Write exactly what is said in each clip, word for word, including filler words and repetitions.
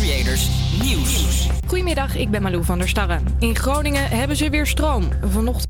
Creators Nieuws. Goedemiddag, ik ben Malou van der Starre. In Groningen hebben ze weer stroom. Vanochtend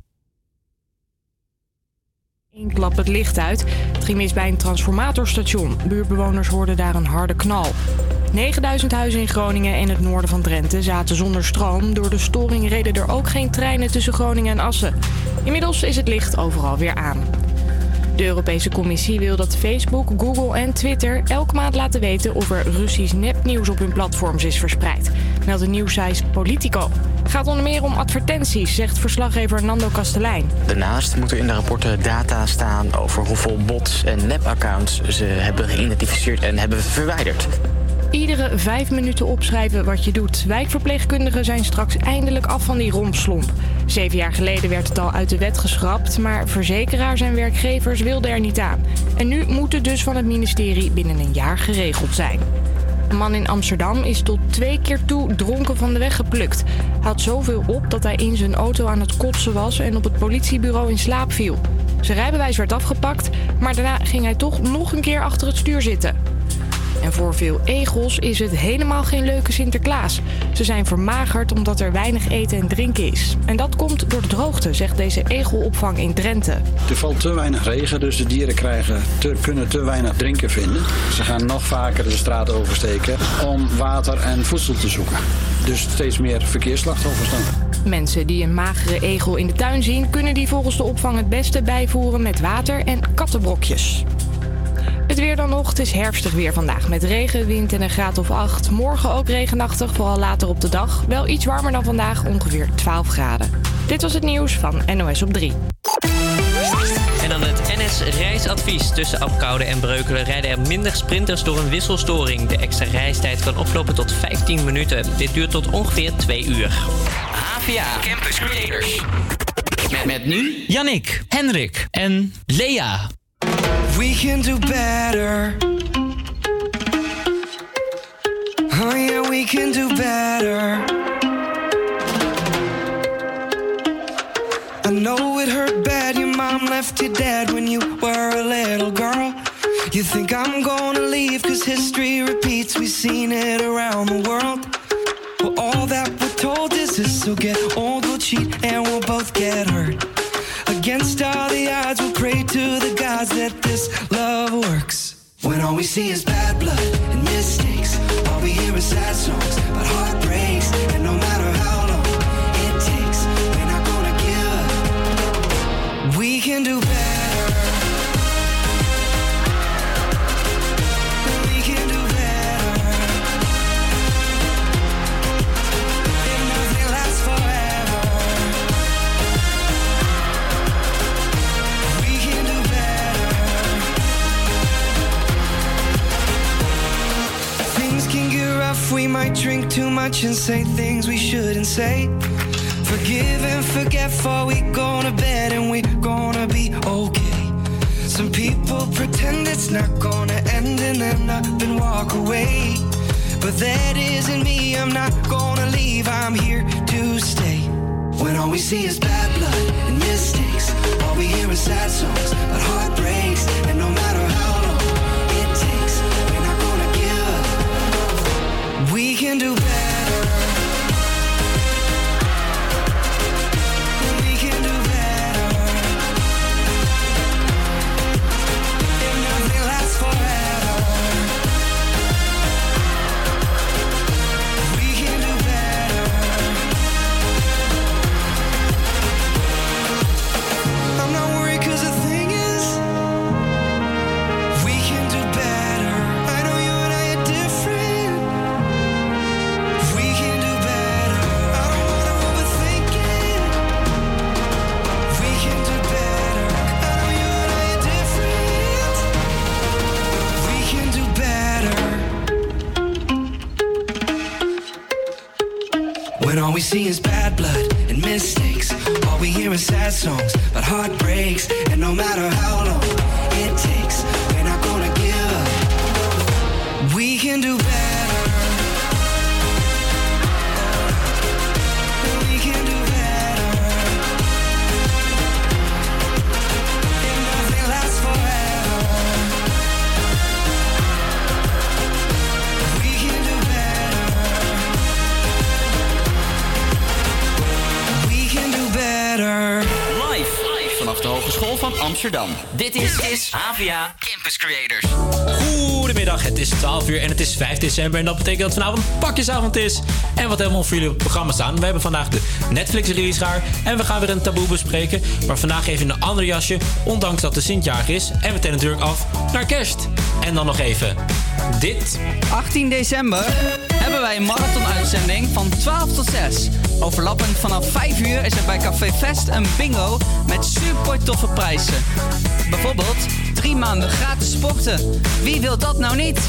één klap het licht uit. Het ging mis bij een transformatorstation. Buurtbewoners hoorden daar een harde knal. negenduizend huizen in Groningen en het noorden van Drenthe zaten zonder stroom. Door de storing reden er ook geen treinen tussen Groningen en Assen. Inmiddels is het licht overal weer aan. De Europese Commissie wil dat Facebook, Google en Twitter elke maand laten weten of er Russisch nepnieuws op hun platforms is verspreid, meldt de nieuwssite Politico. Het gaat onder meer om advertenties, zegt verslaggever Nando Kastelein. Daarnaast moeten in de rapporten data staan over hoeveel bots en nepaccounts ze hebben geïdentificeerd en hebben verwijderd. Iedere vijf minuten opschrijven wat je doet. Wijkverpleegkundigen zijn straks eindelijk af van die rompslomp. Zeven jaar geleden werd het al uit de wet geschrapt, maar verzekeraars en werkgevers wilden er niet aan. En nu moet het dus van het ministerie binnen een jaar geregeld zijn. Een man in Amsterdam is tot twee keer toe dronken van de weg geplukt. Hij had zoveel op dat hij in zijn auto aan het kotsen was en op het politiebureau in slaap viel. Zijn rijbewijs werd afgepakt, maar daarna ging hij toch nog een keer achter het stuur zitten. En voor veel egels is het helemaal geen leuke Sinterklaas. Ze zijn vermagerd omdat er weinig eten en drinken is. En dat komt door de droogte, zegt deze egelopvang in Drenthe. Er valt te weinig regen, dus de dieren krijgen te, kunnen te weinig drinken vinden. Ze gaan nog vaker de straat oversteken om water en voedsel te zoeken. Dus steeds meer verkeersslachtoffers dan. Mensen die een magere egel in de tuin zien, kunnen die volgens de opvang het beste bijvoeren met water en kattenbrokjes. Het weer dan nog. Het is herfstig weer vandaag met regen, wind en een graad of acht. Morgen ook regenachtig, vooral later op de dag. Wel iets warmer dan vandaag, ongeveer twaalf graden. Dit was het nieuws van N O S op drie. En dan het N S reisadvies. Tussen Apkoude en Breukelen rijden er minder sprinters door een wisselstoring. De extra reistijd kan oplopen tot vijftien minuten. Dit duurt tot ongeveer twee uur. H V A Campus Creators. Met, met nu Jannik, Henrik en Lea. We can do better. Oh yeah, we can do better. I know it hurt bad, your mom left you dead when you were a little girl. You think I'm gonna leave cause history repeats, we've seen it around the world. Well, all that we're told is this, so get old, we'll cheat and we'll both get hurt. Against all the odds, we'll pray to the gods that this love works. When all we see is bad blood and mistakes, all we hear is sad songs about heartbreaks. And no matter how long it takes, we're not gonna give up. We can do better. We can do better. And nothing lasts forever. We can do better. Things can get rough, we might drink too much and say things we shouldn't say. Forgive and forget before we go to bed and we're gonna be okay. Some people pretend it's not gonna end and then up and walk away. But that isn't me, I'm not gonna leave, I'm here to stay. When all we see is bad blood and mistakes, all we hear is sad songs about heartbreaks. And no matter how long it takes, we're not gonna give up. We can do better. We can do better. And nothing lasts forever. We can do better. I'm not worried cause the thing is, we can do better. I know you and I are different. We can do better. I don't wanna overthink it. We can do better. I know you and I are different. We can do better. When all we see is bad blood and mistakes, all we hear is sad songs about heartbreaks. And no matter how long it takes, we're not gonna give up. We can do better. We can do better. And nothing lasts forever. We can do better. van Amsterdam. Dit is, dit is Havia Campus Creators. Goedemiddag, het is twaalf uur en het is vijf december. En dat betekent dat vanavond pakjesavond is. En wat helemaal voor jullie op het programma staan. We hebben vandaag de Netflix-release gaar. En we gaan weer een taboe bespreken. Maar vandaag even in een ander jasje. Ondanks dat de Sint-jarig is. En we tellen natuurlijk af naar kerst. En dan nog even dit. achttien december hebben wij een marathon-uitzending van twaalf tot zes. Overlappend vanaf vijf uur is er bij Café Fest een bingo met super toffe prijzen. Bijvoorbeeld drie maanden gratis sporten. Wie wil dat nou niet?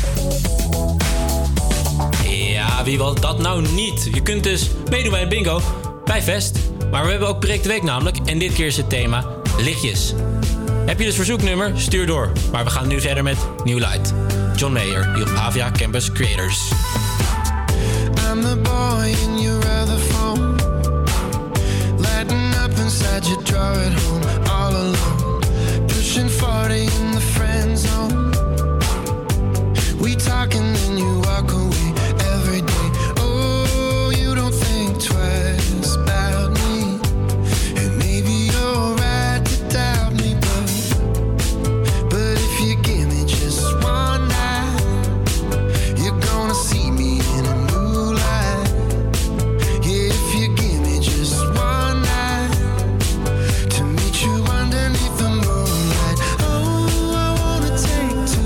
Ja, wie wil dat nou niet? Je kunt dus meedoen bij een bingo bij Fest. Maar we hebben ook Project de Week namelijk. En dit keer is het thema lichtjes. Heb je dus verzoeknummer? Stuur door. Maar we gaan nu verder met New Light. John Mayer, hier op Havia Campus Creators. I'm the boy in your other phone, lighting up inside your drawer at home, all alone, pushing forty in the friend zone. We talk and then you walk away every day. Oh, you don't think twice about me, and maybe you're right to doubt me, but but if you give me just one night, you're gonna see me in a new light. Yeah, if you give me just one night to meet you underneath the moonlight. Oh, I wanna take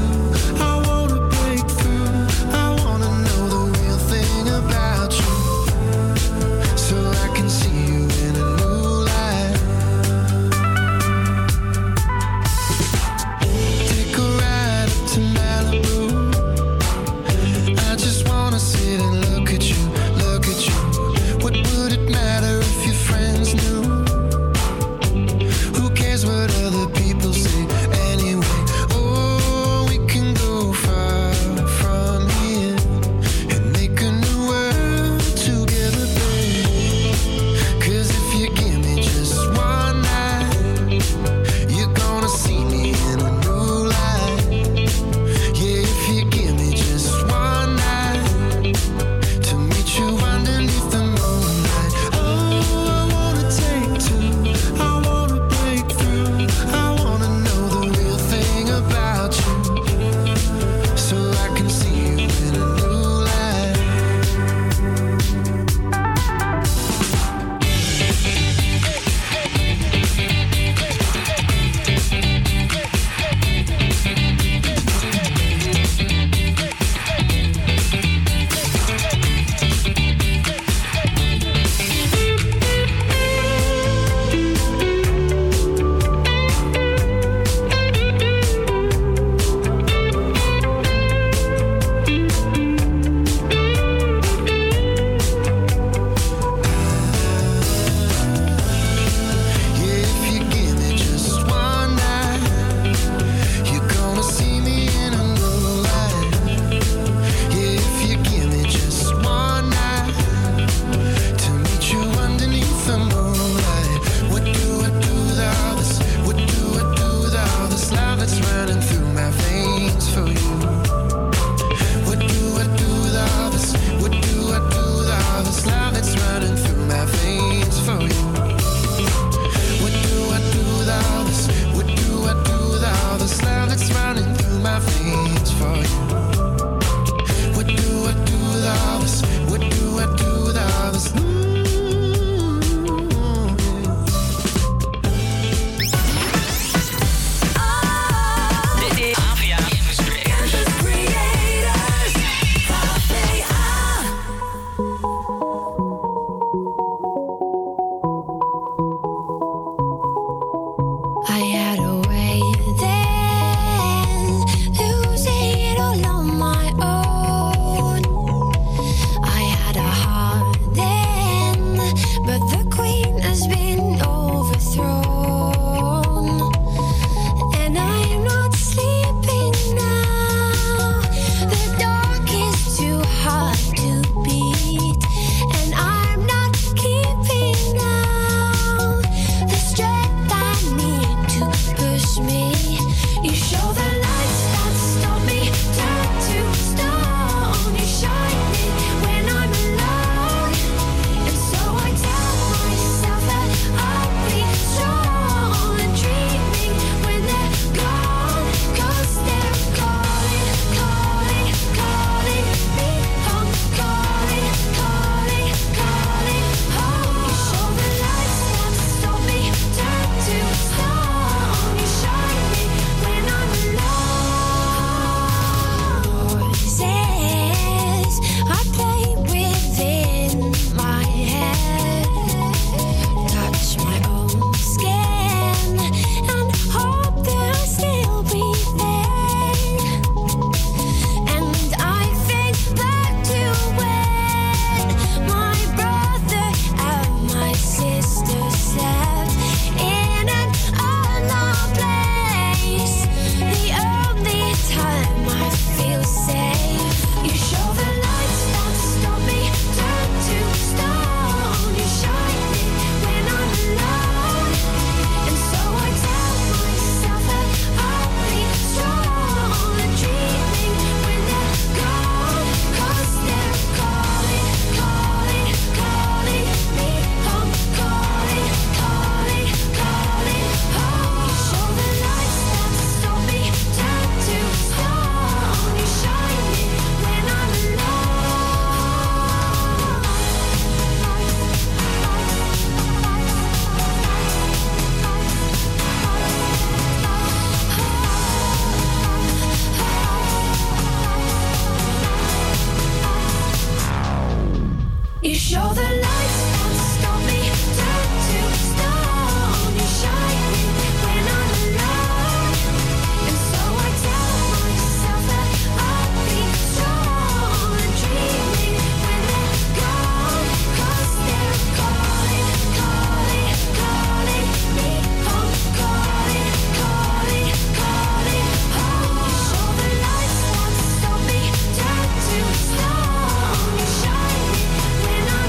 You're the lights won't stop me, turn to stone. You shine me when I'm alone, and so I tell myself that I'll be strong and dreaming when they're gone, 'cause they're calling, calling, calling me home, calling, calling, calling home. You show the lights won't stop me, turn to stone. You shine me when I'm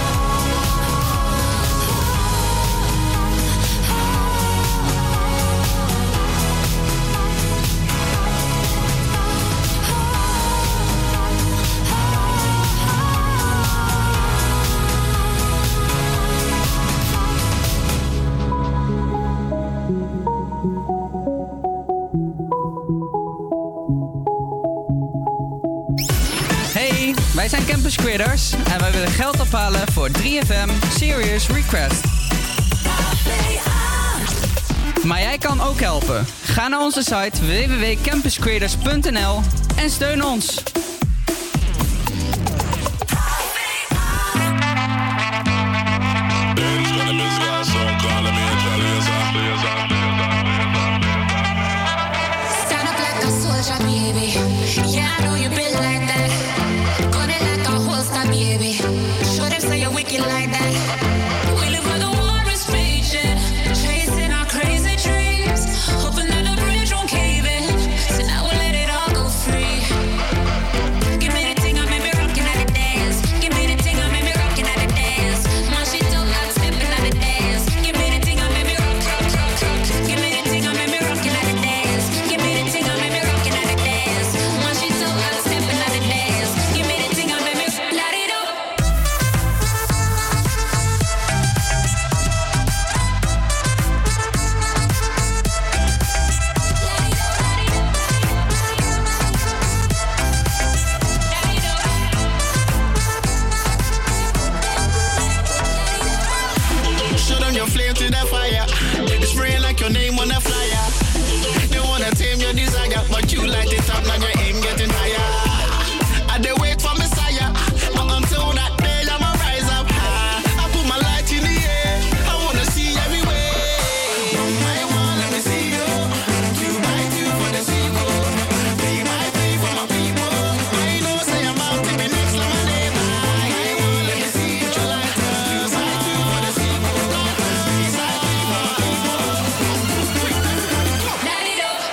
Hey, wij zijn Campus Creators en wij willen geld ophalen voor drie F M Serious Request. Maar jij kan ook helpen. Ga naar onze site w w w punt campus creators punt n l en steun ons. stand up like a soldier, baby. Yeah, I know you been like that. Gun it like a holster, baby. Show them say you're wicked like that. We live where the war is raging, chasing our crazy dreams, hoping that the bridge won't cave in. So now we'll let it all go free. Give me the thing, I made me rockin' at the dance. Give me the thing, I made me rockin' at the dance. My shit don't got steppin' at the dance. Give me the thing, I made me rock, rock, rock, rock. Give me the thing, I made me rockin' at the dance. Give me the thing, I made me rockin' at the dance. My shit don't got steppin' at the dance. Give me the thing, I made me light it up. Show them your flame to the fire. It's spraying like your name on a flyer. They wanna tame your desire, but you light it up, now your aim getting higher. I they wait for Messiah, but until that day I'ma rise up high. I put my light in the air, I wanna see everywhere. I want let me see you. Two by two for the sequel. Three by three for my people. I know say I'm about to be next to my neighbor. I want let me see you. Your light up. Two by two for the sequel. Three by three for my people. Light it up.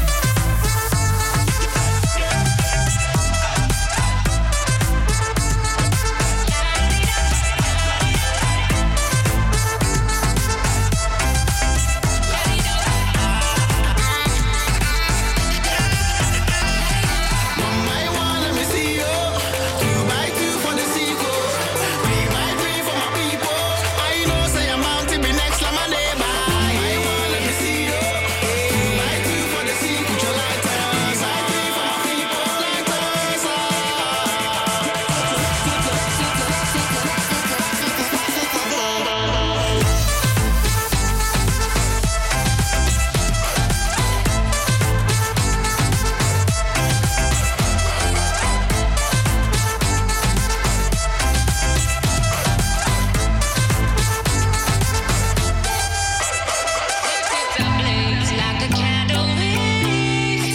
I want let me see you. Two by two for the sequel. Three by three for my people. I know say I'm out to be next like my neighbor. I want let me see you. Two by two for the sequel. Your light up. Three by three for my people. Light us Blaze like a candle wick.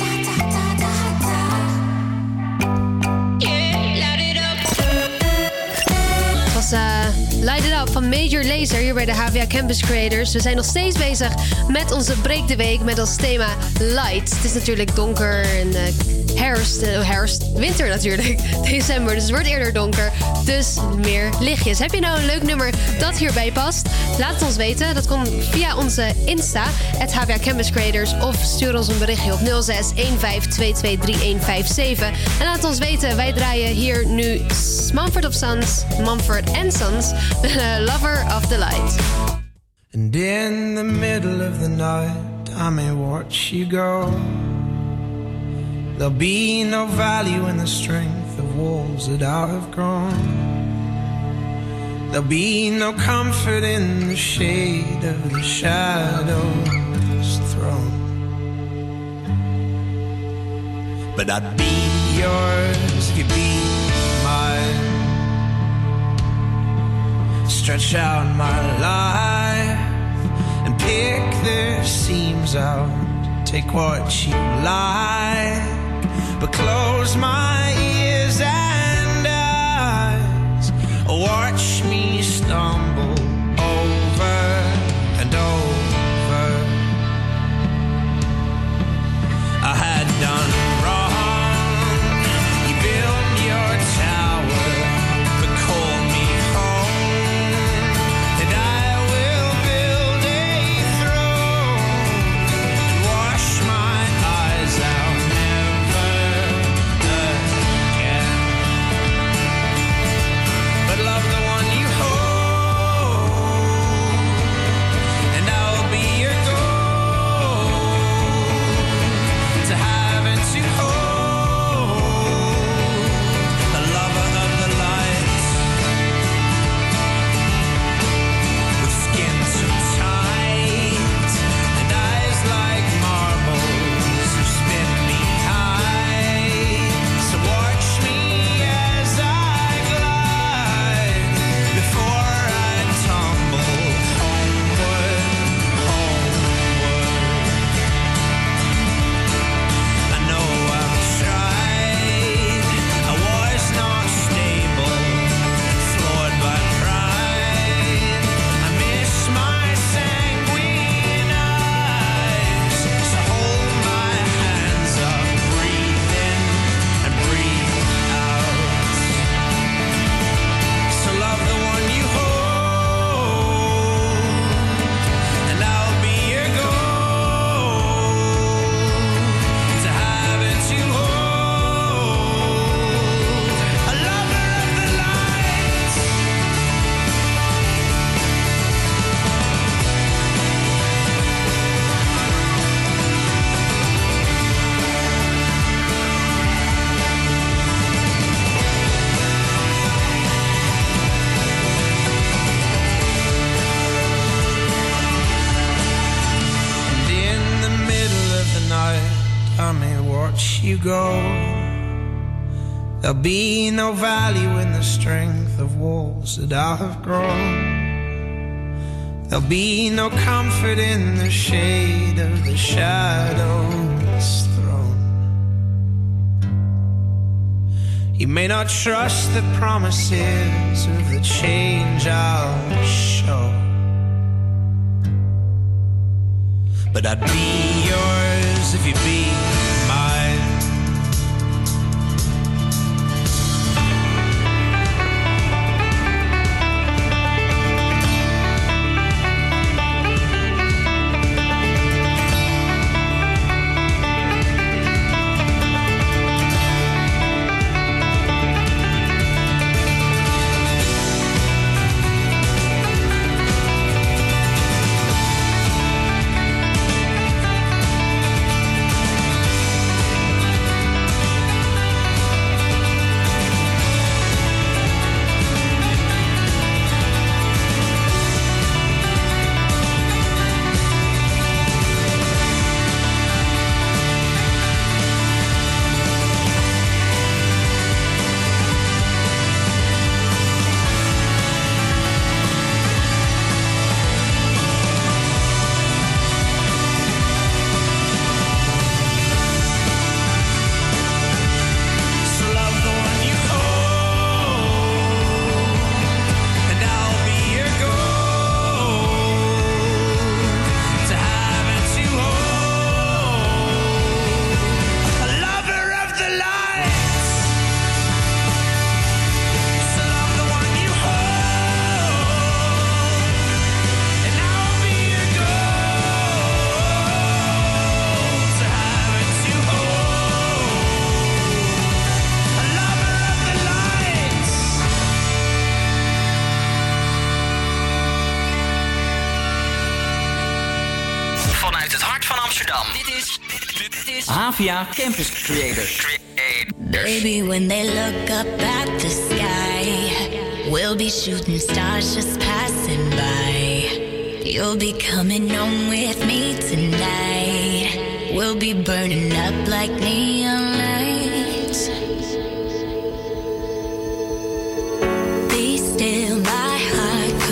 Yeah, light it up. Het was eh, Light It Up van Major Lazer hier bij de H V A Campus Creators. We zijn nog steeds bezig met onze Break de Week met als thema Light. Het is natuurlijk donker en eh, herfst, eh, herfst, winter natuurlijk, december. Dus het wordt eerder donker, dus meer lichtjes. Heb je nou een leuk nummer dat hierbij past? Laat het ons weten. Dat komt via onze Insta, het H V A Campus Creators. Of stuur ons een berichtje op nul zes een vijf twee twee drie een vijf zeven. En laat ons weten, wij draaien hier nu Mumford of Sons, Mumford and Sons, Lover of the Light. And in the middle of the night, I may watch you go. There'll be no value in the strength of walls that I have grown. There'll be no comfort in the shade of the shadow's throne. But I'd be yours, you'd be mine. stretch out my life and pick the seams out. Take what you like, but close my ears and eyes. Watch me stumble over and over. I had done wrong. You built your tower, but call me home, and I will build a throne and wash my eyes out never again. But love the one you hold, and I'll be your gold to have and to hold, a lover of the light, with skin too tight and eyes like marbles who spin me high. So watch me as I glide before I tumble homeward, homeward. I know I've tried. I was not stable, flawed by pride. I miss my sanguine eyes. So hold my hands up, breathe in and breathe out. So love the one you hold, and I'll be your gold to have and to hold, a lover of the light. And in the middle of the night, I may watch you go. There'll be no value in the strength of walls that I have grown. There'll be no comfort in the shade of the shadow's throne. You may not trust the promises of the change I'll show, but I'd be yours if you'd be mine. So love the one you hold, and I'll be your gold to have and to hold, a lover of the light. So love the one you hold, and I'll be your gold to have and to hold, a lover of the light. Vanuit het hart van Amsterdam. Dit is, dit is Havia Campus Creators. Baby, when they look up at the sky, we'll be shooting stars just passing by. You'll be coming home with me tonight. We'll be burning up like neon lights. Be still, my heart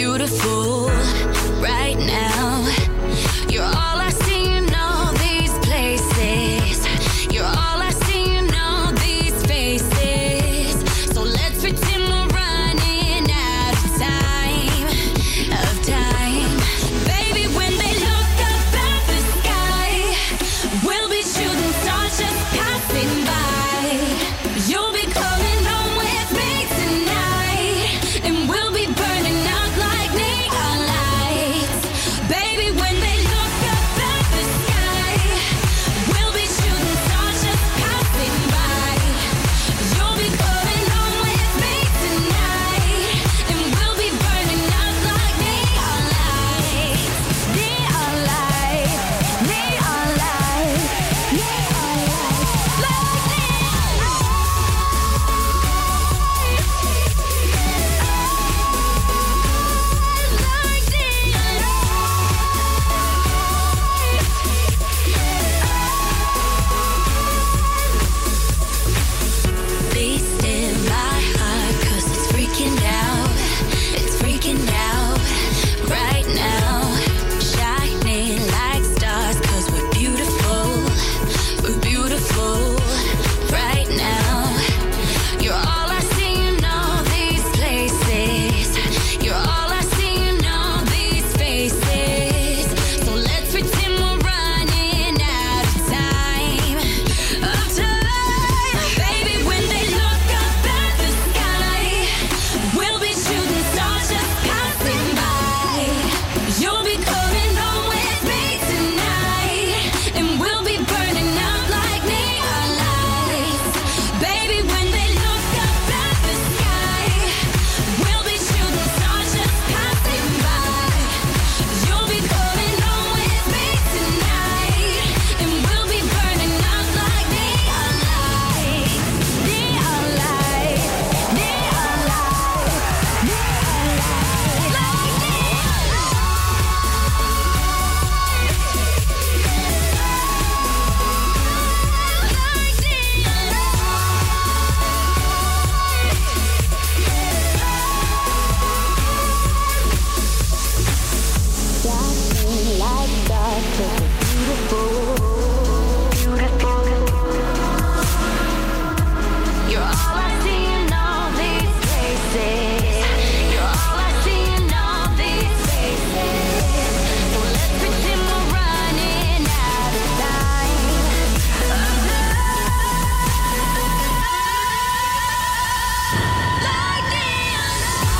beautiful right now. You're all I see in all these places. You're all I see in all these faces. So let's pretend we're running out of time, of time. Baby, when they look up at the sky, we'll be shooting stars just passing by. You'll be coming home with me tonight, and we'll be burning up like neon lights. Baby, when they look up at the sky, we'll be shooting stars just passing by. You'll be coming home with me tonight, and we'll be burning up like neon lights. Neon lights, neon lights, neon lights, like neon Be still my heart, 'cause it's freaking out. It's freaking out right now. Shining like stars, 'cause we're beautiful. We're beautiful right now. You're all I see in all these places. You're all I see in all these faces. So let's pretend we're running out of time, of time. Baby, when they look up at the sky, we'll be shooting stars just passing by. You'll be coming home with me tonight, and we'll be burning up like neon lights. Baby, when they look up at the sky, we'll be shooting stars just passing by. You'll be coming home with me tonight, and we'll be burning up like neon lights. Neon lights, neon lights, neon lights, like neon You're all I see in all these places. You're all I see in all these faces. So let's pretend we're running out of time, of time. Like neon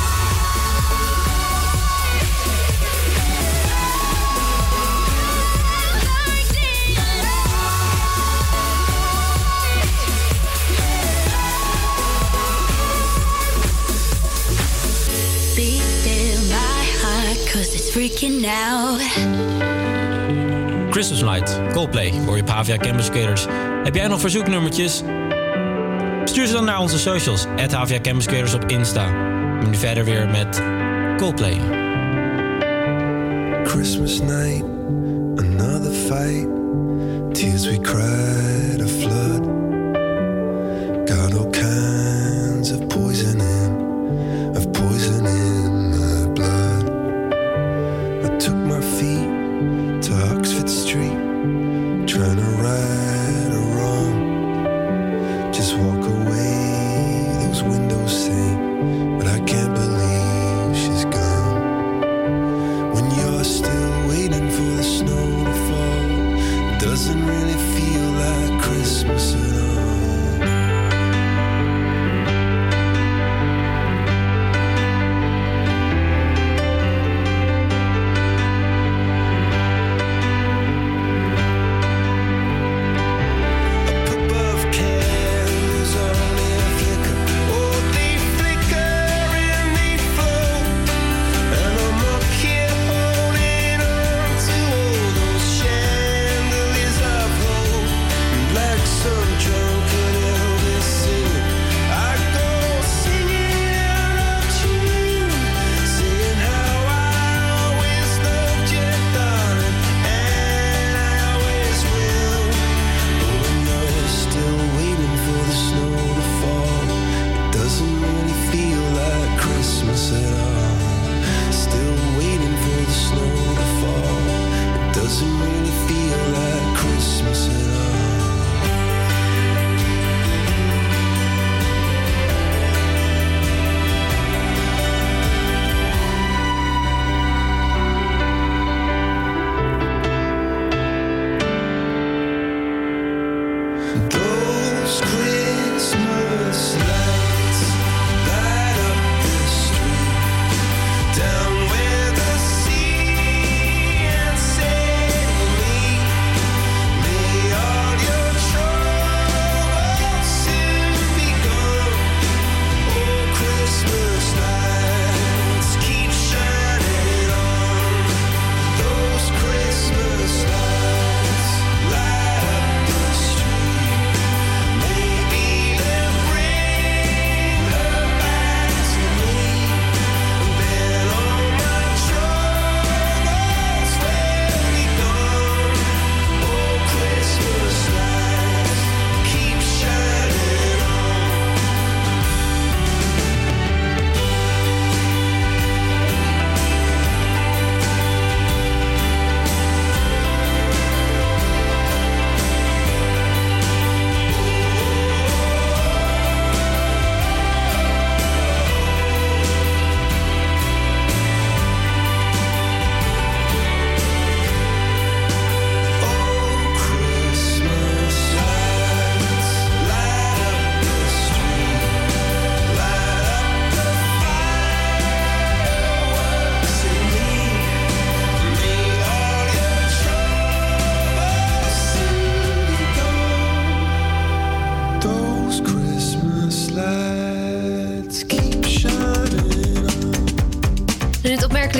Be still my heart, 'cause it's freaking out. Christmas Night, Coldplay, hoor je op Havia Campus Creators. Heb jij nog verzoeknummertjes? Stuur ze dan naar onze socials, at Havia Campus Creators op Insta. En nu verder weer met Coldplay. Christmas night, another fight. Tears we cried, a flood. Got all kinds of poison in, of poison in my blood. I took my feet to Oxford Street, trying to right a wrong. Just walk away, those windows say, but I can't believe she's gone. When you're still waiting for the snow to fall, doesn't really feel like Christmas at all.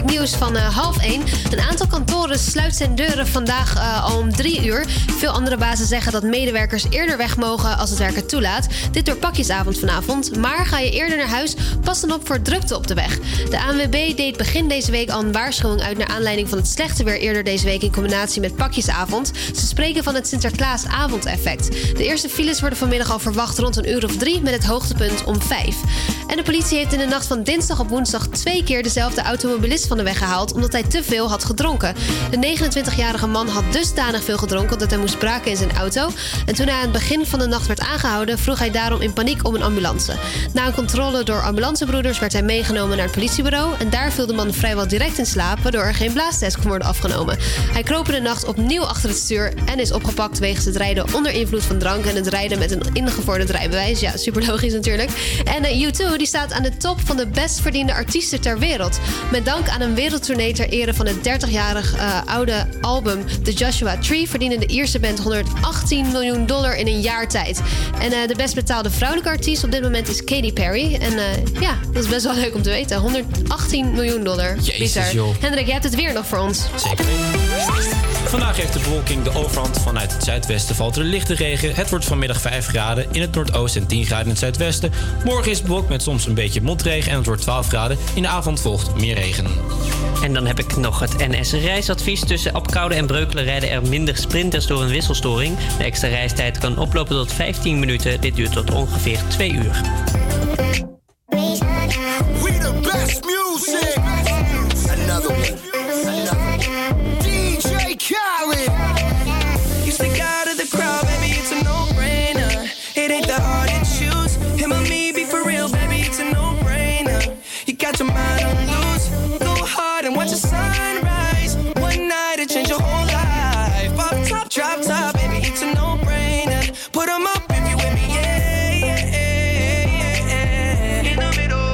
het nieuws van uh, half één. Een aantal kantoren sluit zijn deuren vandaag uh, al om drie uur. Veel andere bazen zeggen dat medewerkers eerder weg mogen als het werk het toelaat. Dit door pakjesavond vanavond. Maar ga je eerder naar huis, pas dan op voor drukte op de weg. De A N W B deed begin deze week al een waarschuwing uit naar aanleiding van het slechte weer eerder deze week in combinatie met pakjesavond. Ze spreken van het Sinterklaasavondeffect. De eerste files worden vanmiddag al verwacht rond een uur of drie met het hoogtepunt om vijf. En de politie heeft in de nacht van dinsdag op woensdag twee keer dezelfde automobilist van de weg gehaald omdat hij te veel had gedronken. De negenentwintigjarige man had dusdanig veel gedronken dat hij moest braken in zijn auto. En toen hij aan het begin van de nacht werd aangehouden, vroeg hij daarom in paniek om een ambulance. Na een controle door ambulancebroeders werd hij meegenomen naar het politiebureau en daar viel de man vrijwel direct in slaap, waardoor er geen blaastest kon worden afgenomen. Hij kroop in de nacht opnieuw achter het stuur en is opgepakt wegens het rijden onder invloed van drank en het rijden met een ingevorderd rijbewijs. Ja, super logisch natuurlijk. En uh, U twee die staat aan de top van de best verdiende artiesten ter wereld. Met dank aan een wereldtournee ter ere van het dertigjarig uh, oude album The Joshua Tree verdiende de Ierse band honderdachttien miljoen dollar in een jaar tijd. En uh, de best betaalde vrouwelijke artiest op dit moment is Katy Perry. En uh, ja, dat is best wel leuk om te weten. honderdachttien miljoen dollar. Jezus, joh. Hendrik, jij hebt het weer nog voor ons. Zeker. Vandaag heeft de bewolking de overhand. Vanuit het zuidwesten valt er lichte regen. Het wordt vanmiddag vijf graden in het noordoosten en tien graden in het zuidwesten. Morgen is het bewolkt met soms een beetje motregen en het wordt twaalf graden. In de avond volgt meer regen. En dan heb ik nog het N S reisadvies. Tussen Apeldoorn en Breukelen rijden er minder sprinters door een wisselstoring. De extra reistijd kan oplopen tot vijftien minuten. Dit duurt tot ongeveer twee uur. We the best music. Another one. D J Khaled. You stick out of the crowd, baby, it's a no-brainer. It ain't that hard to choose. Him or me, be for real, baby, it's a no-brainer. You got your mind on loose. Go hard and watch the sunrise. One night it change your whole life. Pop top, drop top, baby, it's a no-brainer. Put 'em up if you with me, yeah, yeah, yeah, yeah. In the middle.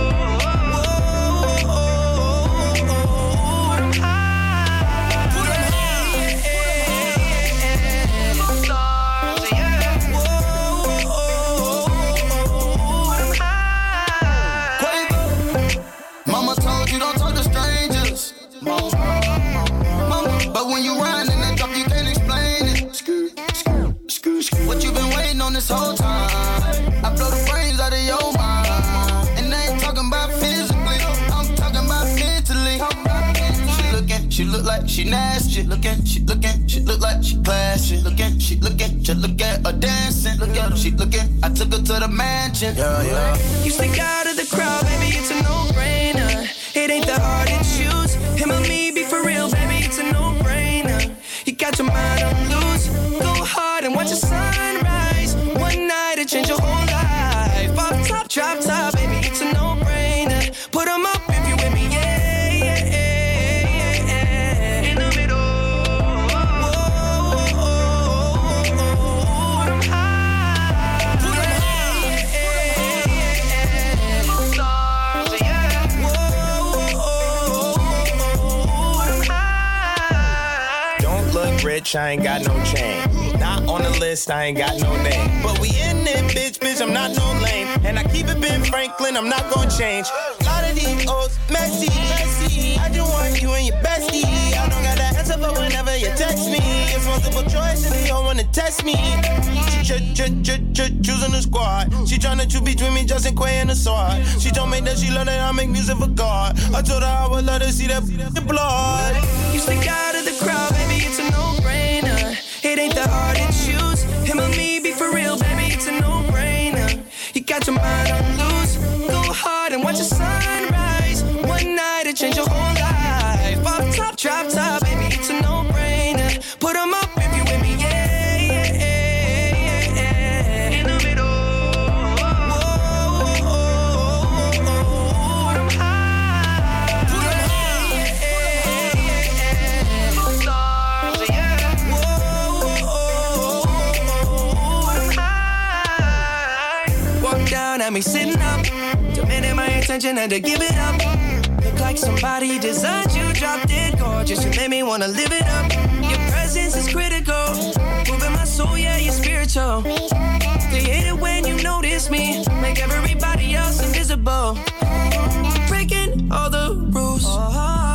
But when you run in that drop, you can't explain it. What you been waiting on this whole time? I blow the brains out of your mind. And I ain't talking about physically, I'm talking about mentally. She looking, she look like she nasty. Looking, she looking, she look like she classy. Looking, she looking, just look at her dancing. Look at her, she looking. I took her to the mansion. Yeah, yeah. You stick out of the crowd, baby, it's a no-brainer. It ain't that hard to choose. Him or me, be for real, baby, it's a no-brainer. You got your mind on loose. Go hard and watch the sunrise. One night it change your whole life. Pop top, drop top, baby, it's a no-brainer. Put 'em up if you with me, yeah, yeah, yeah, yeah. In the middle. Rich, I ain't got no chain. Not on the list, I ain't got no name. But we in it, bitch, bitch, I'm not no lame. And I keep it Ben Franklin, I'm not gonna change. A lot of these old messy, messy. I just want you and your bestie. I don't got that answer, but whenever you text me, it's multiple choice and they don't wanna test me. She ch ch ch ch choosing the squad. She tryna choose between me, Justin Quay and the sword. She told me that she love that I make music for God. I told her I would love to see that blood. You stick out of the crowd, baby, it's a no-brainer. It ain't that hard to choose. Him or me, be for real, baby, it's a no-brainer. You got your mind on loose. Go hard and watch the sunrise. One night it change your whole life. Pop top, drop top, baby, it's a no-brainer. Put 'em up if you with me, yeah, yeah, yeah, yeah. In the middle. At me sitting up, demanding my attention, had to give it up. Look like somebody designed you, dropped it gorgeous. You made me wanna live it up. Your presence is critical, moving my soul, yeah, you're spiritual. Created when you notice me, make everybody else invisible. Breaking all the rules.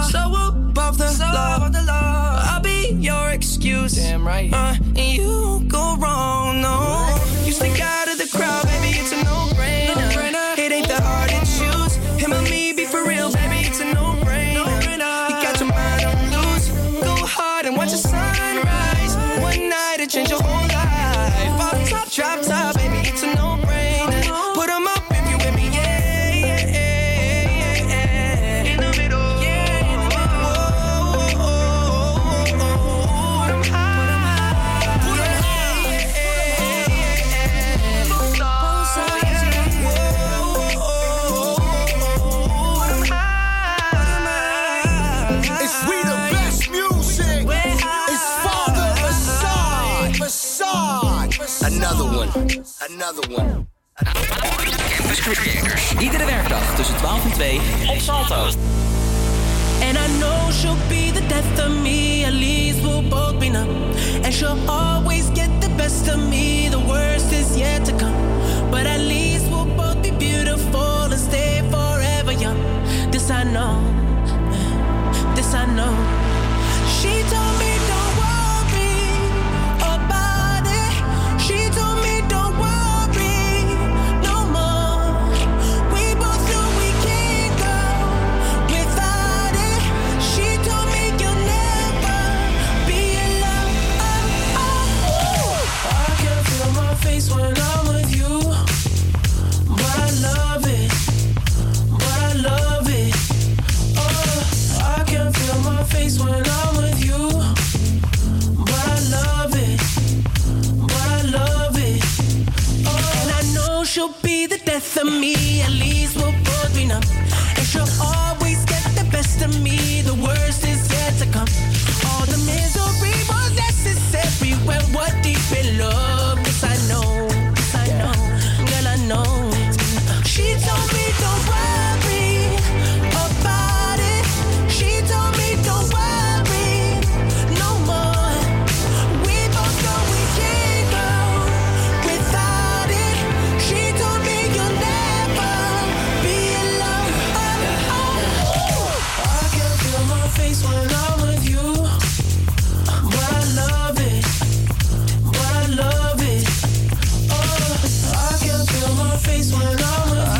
one, another one. Campus Creators. Iedere werkdag tussen twaalf en twee op Salto. And I know she'll be the death of me. At least we'll both be numb. And she'll always get the best of me. The worst is yet to come. But at least we'll both be beautiful and stay forever young. This I know. This I know. She told me don't worry about it. She told me don't worry no more. We both know we can't go without it. She told me you'll never be alone. Oh, oh, oh. I can feel my face when I'm with you, but I love it, but I love it. Oh, I can feel my face when I'm with you, but I love it, but I love it. Oh, and I know she'll be the death of me. At least we'll both be numb. And she'll always get the best of me. The worst is yet to come. All the misery was necessary when we're deep in love. Yes, I know, yes, I know, girl, I know. She told me don't worry about it. She told me don't worry no more. We both know we can't go without it. She told me you'll never be alone. Oh, oh, oh. I can feel my face when I'm with you, but I love it, but I love it. Oh, I can feel my face when I'm with you,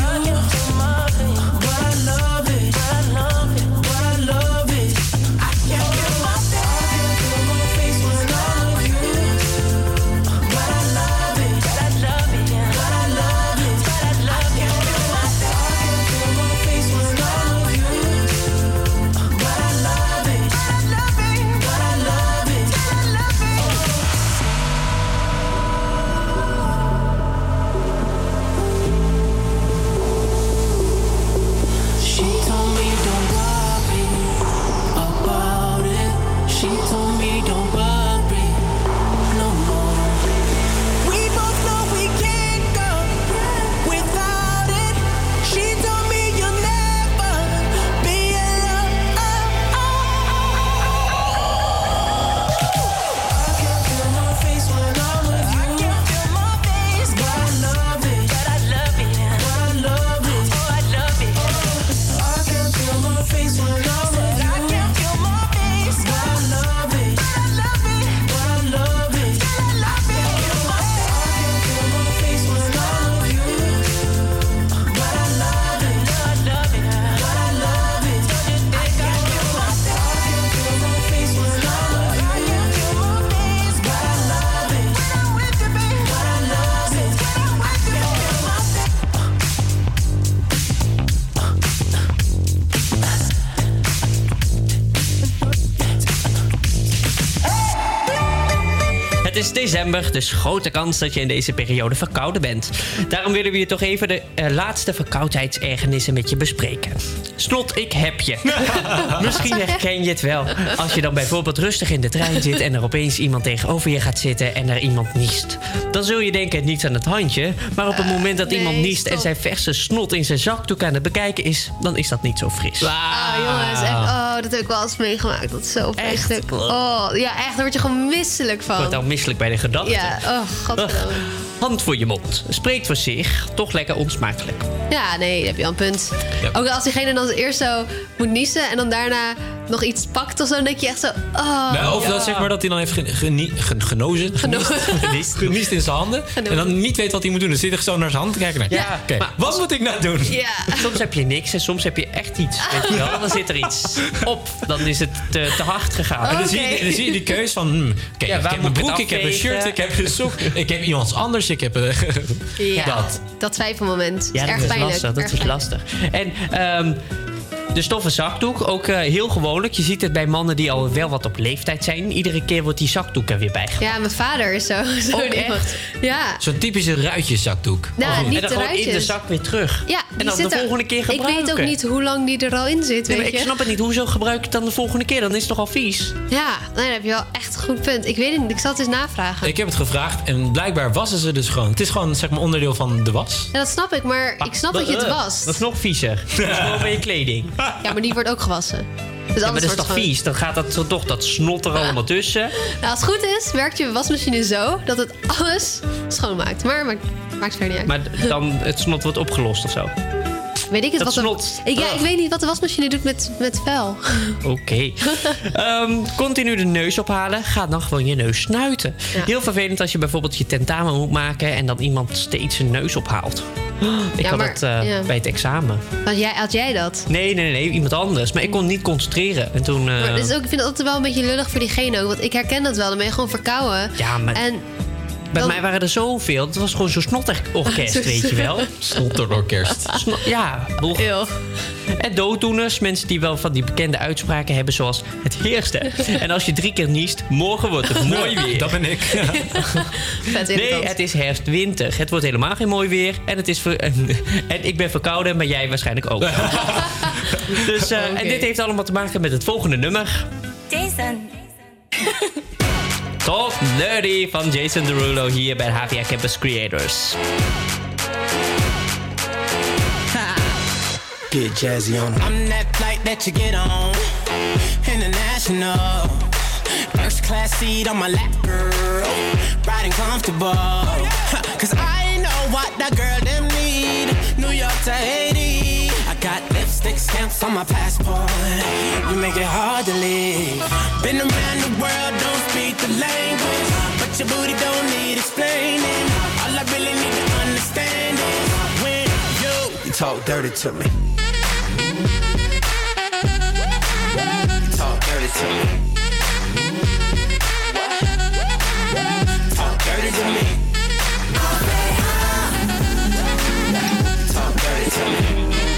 but I love it, but I love it, but I love it. I can feel my face when I'm with you, but I love it, but I love it, but I love it, but I love it. I can feel my face when I'm with you, but I love it, but I love it, but I love it, but I love it. She told me don't worry about it. She told me don't worry no more. We both know we can't go without it. She told me you'll never be alone. I can feel my face when I'm with you. I can feel my face, but I love it, but I love it, but I love it. Oh, I love it. I can feel my face when I'm with you. I can feel my face, but I love it, but I love it, but I love it, but I love it. I can feel my face when I'm with you, but I love it, but I love it, but I love it. I can feel my face when I'm with you. I can feel my face, but I love it, when I'm with you, baby, but I love it, when I'm with you. Het is december, dus grote kans dat je in deze periode verkouden bent. Daarom willen we hier toch even de eh, laatste verkoudheidsergernissen met je bespreken. Snot, ik heb je. Misschien herken je het wel. Als je dan bijvoorbeeld rustig in de trein zit en er opeens iemand tegenover je gaat zitten en er iemand niest. Dan zul je denken niets aan het handje, maar op het moment dat nee, iemand niest stop. en zijn verse snot in zijn zakdoek aan het bekijken is, dan is dat niet zo fris. Ah, jongens, echt, oh, dat heb ik wel eens meegemaakt. Dat is zo vreselijk. Oh, ja, echt, daar word je gewoon misselijk Ik van. word al misselijk bij de gedachte. Ja, oh, godverdomme. Hand voor je mond. Spreekt voor zich. Toch lekker onsmakelijk. Ja, nee, daar heb je al een punt. Ja. Ook als diegene dan eerst zo moet niezen en dan daarna nog iets pakt of zo, dan denk je echt zo, oh. Nou, of ja. dat zeg maar dat hij dan heeft geni- geni- gen- genozen, geniest, geniest, geniest in zijn handen. Genozen. En dan niet weet wat hij moet doen. Dan zit hij zo naar zijn hand te kijken. Nee. Ja, Oké, maar wat moet ik nou doen? Ja. Soms heb je niks en soms heb je echt iets. Weet je wel? Dan zit er iets op. Dan is het te, te hard gegaan. En dan, Oké. zie je, dan zie je die keus van... Hmm, oké, Ja, ik waar heb moet mijn ik broek, het ik heb een shirt, afvegen? ik heb een sok. Ik heb iemand anders, ik heb... eh, Ja, dat. dat twijfelmoment. Ja, is dat erg is pijnlijk. lastig. Dat erg is pijnlijk. lastig. En... ehm De stoffen zakdoek, ook uh, heel gewoonlijk. Je ziet het bij mannen die al wel wat op leeftijd zijn. Iedere keer wordt die zakdoek er weer bijgepakt. Ja, mijn vader is zo. zo Ook echt? Ja. Zo'n typische ruitjeszakdoek. Nou, niet en dan de gewoon ruitjes. in de zak weer terug. Ja, en dan de zit er- volgende keer gebruiken. Ik weet ook niet hoe lang die er al in zit, Nee, weet maar je. ik snap het niet. Hoezo gebruik ik het dan de volgende keer? Dan is het toch al vies? Ja, nee, dan heb je wel echt een goed punt. Ik weet het niet, ik zal het eens navragen. Ik heb het gevraagd en blijkbaar wassen ze dus gewoon. Het is gewoon zeg maar onderdeel van de was. Ja, dat snap ik, maar ik snap dat je het wast. Dat is nog viezer. Dat is gewoon bij je kleding. Ja, maar die wordt ook gewassen. Dus Ja, maar anders dat is wordt toch het gewoon- vies? Dan gaat dat zo toch dat snot er allemaal tussen. Nou, als het goed is, werkt je wasmachine zo dat het alles schoonmaakt. Maar maakt, maakt verder niet uit. Maar dan het snot wordt opgelost of zo. Weet ik het dat wat snot. De, ik, ja, Ugh. ik weet niet wat de wasmachine doet met, met vuil. Oké. Ehm, continu de neus ophalen. Ga dan gewoon je neus snuiten. Ja. Heel vervelend als je bijvoorbeeld je tentamen moet maken en dan iemand steeds zijn neus ophaalt. Ik Ja, had maar- dat eh, ja. bij het examen. Had jij, had jij dat? Nee, nee, nee, iemand anders. Maar ik kon niet concentreren. En toen. eh, Maar dus ook, ik vind het altijd wel een beetje lullig voor diegene ook. Want ik herken dat wel. Dan ben je gewoon verkouden. Ja, maar En bij dan- mij waren er zoveel. Het was gewoon zo'n snotterorkest, Zo- weet je wel. Snotterorkest. Sno- ja, boeg. En dooddoeners, mensen die wel van die bekende uitspraken hebben, zoals het heerste. En als je drie keer niest, morgen wordt het mooi weer. Dat ben ik. Vet Nee, irritant. het is herfst-winter. Het wordt helemaal geen mooi weer. En, het is ver- en, en ik ben verkouden, maar jij waarschijnlijk ook. dus, eh, Oké. En dit heeft allemaal te maken met het volgende nummer. Jason. Talk Nerdy van Jason Derulo hier bij H V A Campus Creators. Get jazzy on 'em. I'm that flight that you get on, international. First class seat on my lap, girl. Riding comfortable. Huh, Cause I know what that girl them need. New York to Haiti. I got lipstick stamps on my passport. You make it hard to leave. Been around the world, don't speak the language. But your booty don't need explaining. All I really need to understand is when you You talk dirty to me. You talk dirty to me. Talk dirty to me. Talk dirty to me.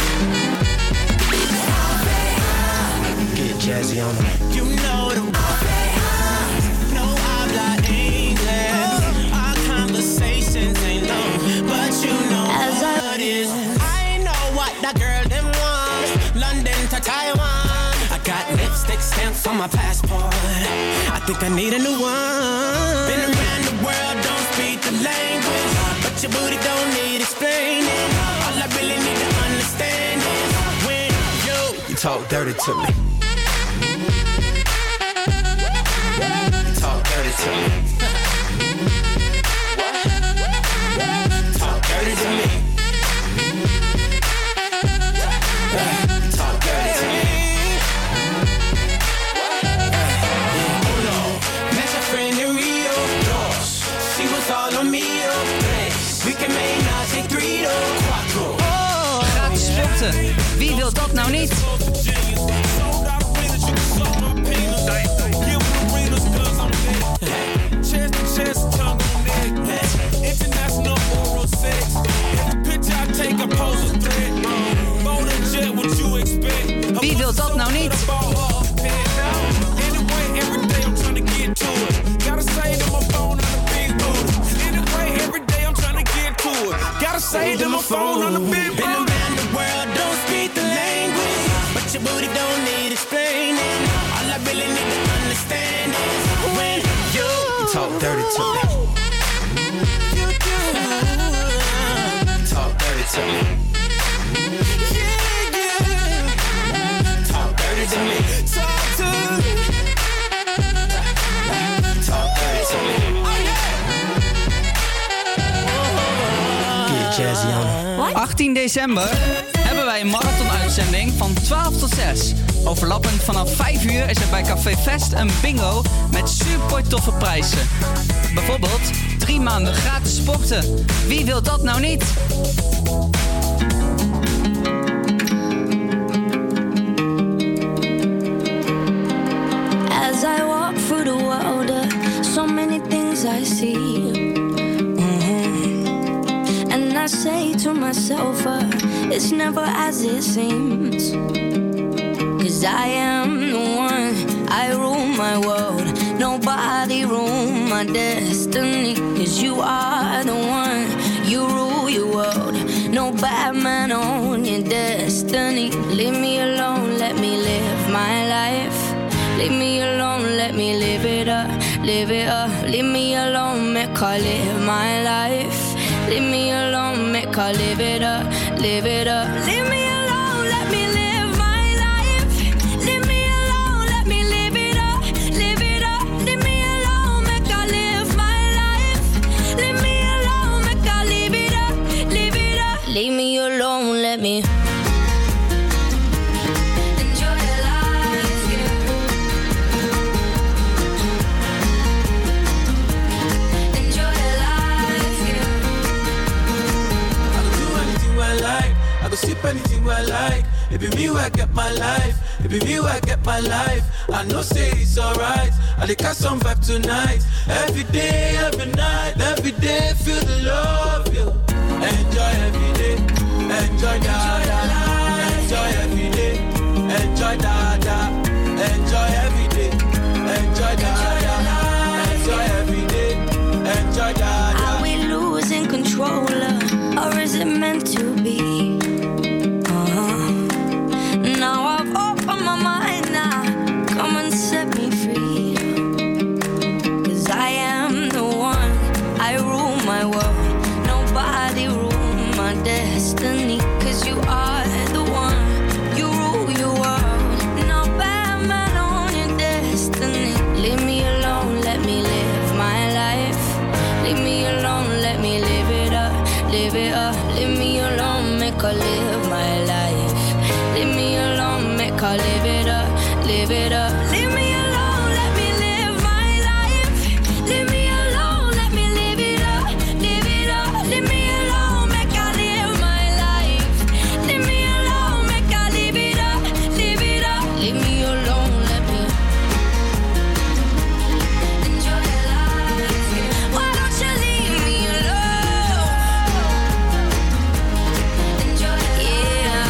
Get jazzy on 'em. You know the no habla English. Our conversations ain't long, but you know what it is. I know what that girl them want. London to Taiwan. I got lipstick stamps on my passport. I think I need a new one. Been around the world, don't speak the language, but your booty don't need explaining. All I really need to understand is when you You talk dirty to me. You talk dirty to me. Talk dirty to me. Talk dirty to me. met your friend in Rio. She was all on me. We can make nothing three or quattro. Gratis sporten. Wie wil dat nou niet? Chest to chest, tongue on neck. International oral sex. Every picture I take, I pose a threat. Motor jet, what you expect? Wie wil dat nou niet? Anyway, every day I'm trying to get to it. Gotta say to my phone on the big booty. Anyway, every day I'm trying to get to it. Gotta say to my phone on the big booty. Been around the world, don't speak the language, but your booty don't need explaining. All I really need to understand is when you Talk dirty to me. Talk dirty to me. Talk dirty to me. talk to me. Talk dirty to me. Get jazzy on 'em. achttien december hebben wij een marathon-uitzending van twaalf tot zes. Overlappend vanaf vijf uur is er bij Café Fest een bingo met super toffe prijzen. Bijvoorbeeld drie maanden gratis sporten. Wie wil dat nou niet? As I walk through the world, uh, so many things I see. Mhm. And I say to myself, uh, it's never as it seems. 'Cause I am the one, I rule my world. Nobody rule my destiny. 'Cause you are the one, you rule your world. No bad man on your destiny. Leave me alone, let me live my life. Leave me alone, let me live it up, live it up. Leave me alone, make I live my life. Leave me alone, make I live it up, live it up. Leave me alone, let me live my life. Leave me alone, let me live it up, live it up. Leave me alone, make I live my life. Leave me alone, make I live it up, live it up. Leave me alone, let me enjoy your life, yeah. Enjoy your life, yeah. I can do anything I like. I can sip anything I like. It be me where I get my life. It be me where I get my life. I know say it's alright. I dey catch some vibe tonight. Every day, every night, every day feel the love, yeah. Enjoy every day. Enjoy da-da. Enjoy every day. Enjoy da-da. Enjoy every day. Enjoy da-da. Enjoy every day. Enjoy da-da. Are we losing control, uh, or is it meant to be? Uh-huh. Now I've opened my mind now. Come and set me free. 'Cause I am the one, I rule my world. Nobody rule my destiny. 'Cause you are the one, you rule your world. No bad man on your destiny. Leave me alone, let me live my life. Leave me alone, let me live it up, live it up. Leave me alone, make I live my life. Leave me alone, make I live it up, live it up. Leave me alone, let me live my life. Leave me alone, let me live it up, live it up. Leave me alone, make I live my life. Leave me alone, make I live it up, live it up. Leave me alone, let me enjoy your life. Why don't you leave me alone? Enjoy, yeah,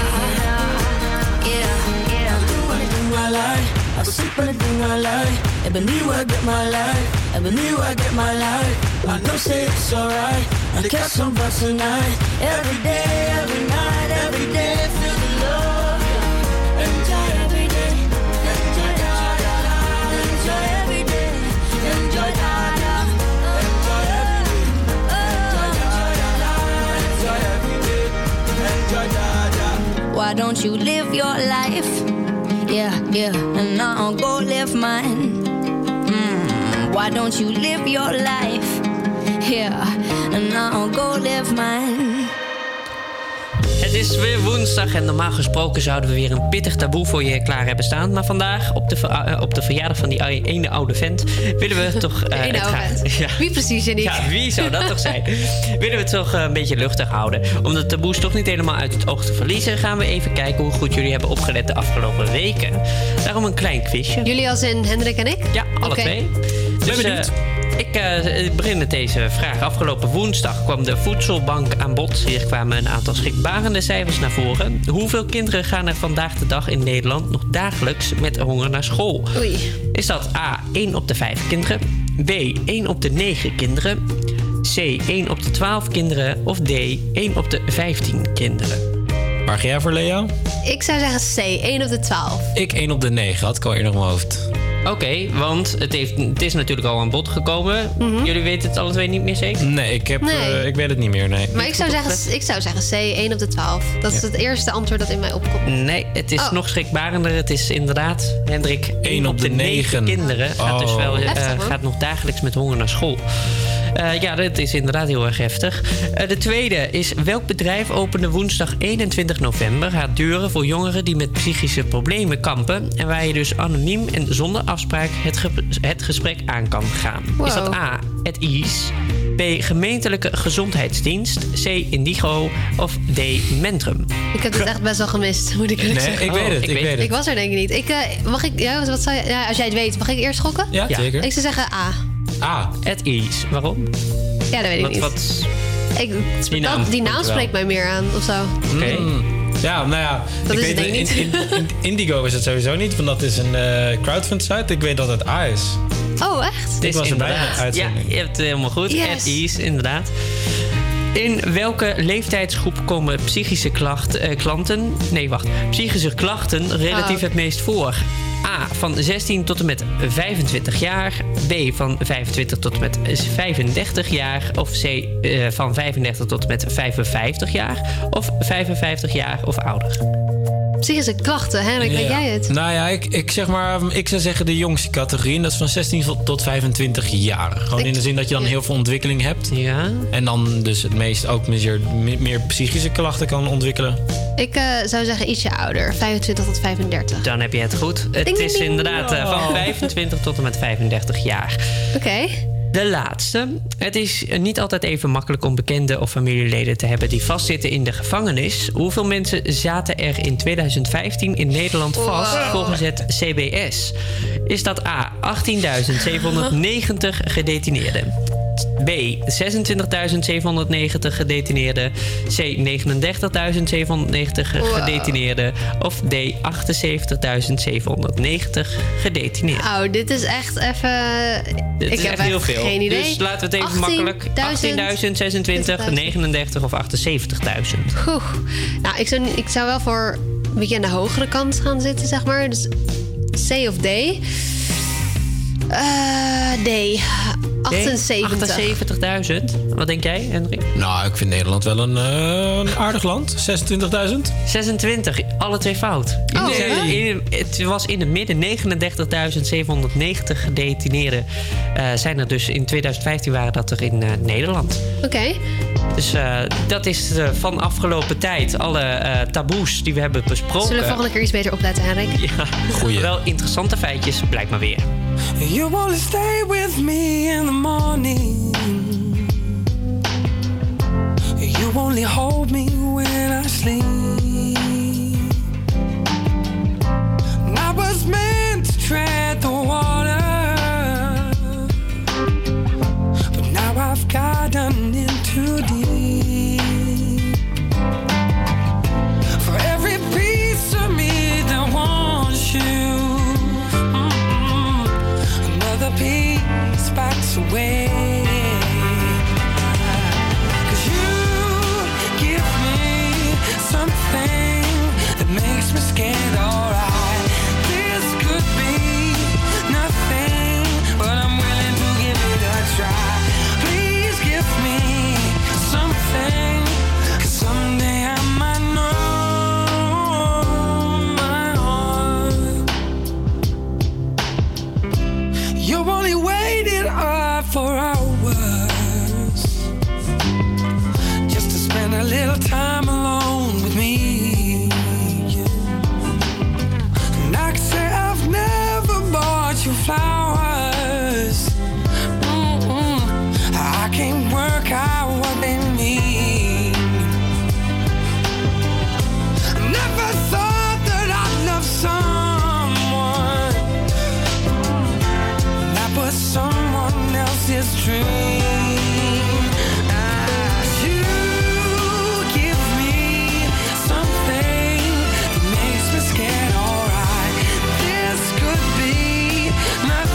yeah, yeah. I do anything I like. I can sip anything I like. It be me where I get my life. It be me where I get my life. I know say it's alright. I dey catch some vibes tonight. Every day, every night, every day feel the love, yeah. Enjoy every day. Enjoy da-da. Enjoy every day. Enjoy da-da. Enjoy every day. Enjoy da-da. Enjoy every day. Enjoy da-da. Why don't you live your life? Yeah, yeah, and I'll go live mine. Mm, why don't you live your life? Yeah, and I'll go live mine. Het is weer woensdag en normaal gesproken zouden we weer een pittig taboe voor je klaar hebben staan. Maar vandaag, op de, ver- uh, op de verjaardag van die ene oude vent, willen we toch... Uh, Ene het oude gaat- vent. Ja. Wie precies, Yannick? Ja, wie zou dat toch zijn? Willen we het toch uh, een beetje luchtig houden. Om de taboes toch niet helemaal uit het oog te verliezen, gaan we even kijken hoe goed jullie hebben opgelet de afgelopen weken. Daarom een klein quizje. Jullie als in Hendrik en ik? Ja, alle Oké. twee. Dus, benieuwd. uh, ik uh, begin met deze vraag. Afgelopen woensdag kwam de voedselbank aan bod. Hier kwamen een aantal schrikbarende cijfers naar voren. Hoeveel kinderen gaan er vandaag de dag in Nederland nog dagelijks met honger naar school? Oei. Is dat A, één op de vijf kinderen? B, één op de negen kinderen? C, één op de twaalf kinderen? Of D, één op de vijftien kinderen? Waar ga jij voor, Lea? Ik zou zeggen C, één op de twaalf. Ik één op de negen, had ik al eerder op mijn hoofd. Oké, okay, want het, heeft, het is natuurlijk al aan bod gekomen. Mm-hmm. Jullie weten het alle twee niet meer zeker? Nee, ik, heb, Nee. Uh, ik weet het niet meer, nee. Maar ik zou, zeggen, ik zou zeggen C, één op de twaalf. Dat is Ja. het eerste antwoord dat in mij opkomt. Nee, het is Oh. nog schrikbarender. Het is inderdaad, Hendrik, één op de negen kinderen gaat, dus Oh. wel, uh, Heftig, hoor. gaat nog dagelijks met honger naar school. Uh, ja, dat is inderdaad heel erg heftig. Uh, de tweede is: welk bedrijf opende woensdag eenentwintig november haar deuren voor jongeren die met psychische problemen kampen en waar je dus anoniem en zonder afspraak het, ge- het gesprek aan kan gaan? Wow. Is dat A, het I S, B, gemeentelijke gezondheidsdienst, C, Indigo of D, Mentrum? Ik heb het echt best wel gemist, moet ik eerlijk Nee, zeggen. ik weet het, ik weet het. Ik was er denk ik niet. Ik, uh, mag ik, ja, wat zou je, ja, als jij het weet, mag ik eerst schokken? Ja, Ja. zeker. Ik zou zeggen A. Ah, Het I S. Waarom? Ja, dat weet ik Wat, niet. wat, Ik, Die die naam naam, die naam klopt wel. spreekt mij meer aan, of zo. Oké. Mm. Ja, nou ja. Dat ik is weet, het ding in, niet. in, in, Indigo is het sowieso niet, want dat is een uh, crowdfund site. Ik weet dat het A is. Oh, echt? Ik was erbij met inderdaad. Ja, uitzending. je hebt het helemaal goed. Yes. Het is inderdaad. In welke leeftijdsgroep komen psychische klachten, eh, klanten, nee wacht, psychische klachten relatief Oh. het meest voor? A. Van zestien tot en met vijfentwintig jaar. B. Van vijfentwintig tot en met vijfendertig jaar. Of C. Eh, van vijfendertig tot en met vijfenvijftig jaar. Of vijfenvijftig jaar of ouder. Psychische klachten, Henrik, weet jij het? Nou ja, ik, ik zeg maar, ik zou zeggen de jongste categorie. En dat is van zestien tot vijfentwintig jaar. Gewoon Ik- in de zin dat je dan ja. heel veel ontwikkeling hebt. Ja. En dan dus het meest ook meer, meer psychische klachten kan ontwikkelen. Ik uh, zou zeggen ietsje ouder, vijfentwintig tot vijfendertig. Dan heb je het goed. Het Ding, is ding, ding. inderdaad uh, van vijfentwintig tot en met vijfendertig jaar. Oké. Okay. De laatste. Het is niet altijd even makkelijk om bekenden of familieleden te hebben die vastzitten in de gevangenis. Hoeveel mensen zaten er in tweeduizend vijftien in Nederland vast Wow. volgens het C B S? Is dat A. achttienduizend zevenhonderdnegentig gedetineerden? B. zesentwintigduizend zevenhonderdnegentig gedetineerden. C. negenendertigduizend zevenhonderdnegentig Wow. gedetineerden. Of D. achtenzeventigduizend zevenhonderdnegentig gedetineerden. Oh, dit is echt even... Dit ik is heb echt heel veel. geen idee. Dus laten we het even makkelijk. achttienduizend, zesentwintig, negenendertig of achtenzeventigduizend. Oeh. Nou, ik zou, ik zou wel voor een beetje aan de hogere kant gaan zitten, zeg maar. Dus C of D. Uh, D. achtenzeventig. achtenzeventigduizend. Wat denk jij, Hendrik? Nou, ik vind Nederland wel een, uh, een aardig land. zesentwintigduizend. zesentwintig, alle twee fout. Oh, in, hè? in, het was in het midden negenendertigduizend zevenhonderdnegentig gedetineerden. Uh, zijn er dus in tweeduizend vijftien waren dat er in uh, Nederland. Oké. Okay. Dus uh, dat is uh, van afgelopen tijd. Alle uh, taboes die we hebben besproken. Zullen we volgende keer iets beter opletten, Henrik? Ja, goeie. Wel interessante feitjes, blijkt maar weer. You only stay with me in the morning. You only hold me when I sleep. And I was meant to tread the water, but now I've gotten in too deep. For every piece of me that wants you, another piece backs away. 'Cause you give me something that makes me scared, alright. This could be nothing, but I'm willing to give it a try. Please give me something, 'cause someday I might know my heart. You only waited up for hours just to spend a little time alone with me. And I can say I've never bought you flowers. Mm-mm. I can't work out what they mean. I never thought that I'd love someone that was someone else's dream. Ah, you give me something that makes me scared, alright. This could be nothing,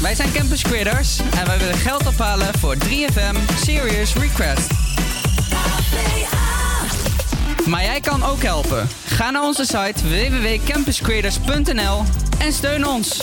Wij zijn Campus Creators en wij willen geld ophalen voor drie F M Serious Request. Maar jij kan ook helpen. Ga naar onze site w w w punt campus creators punt n l en steun ons.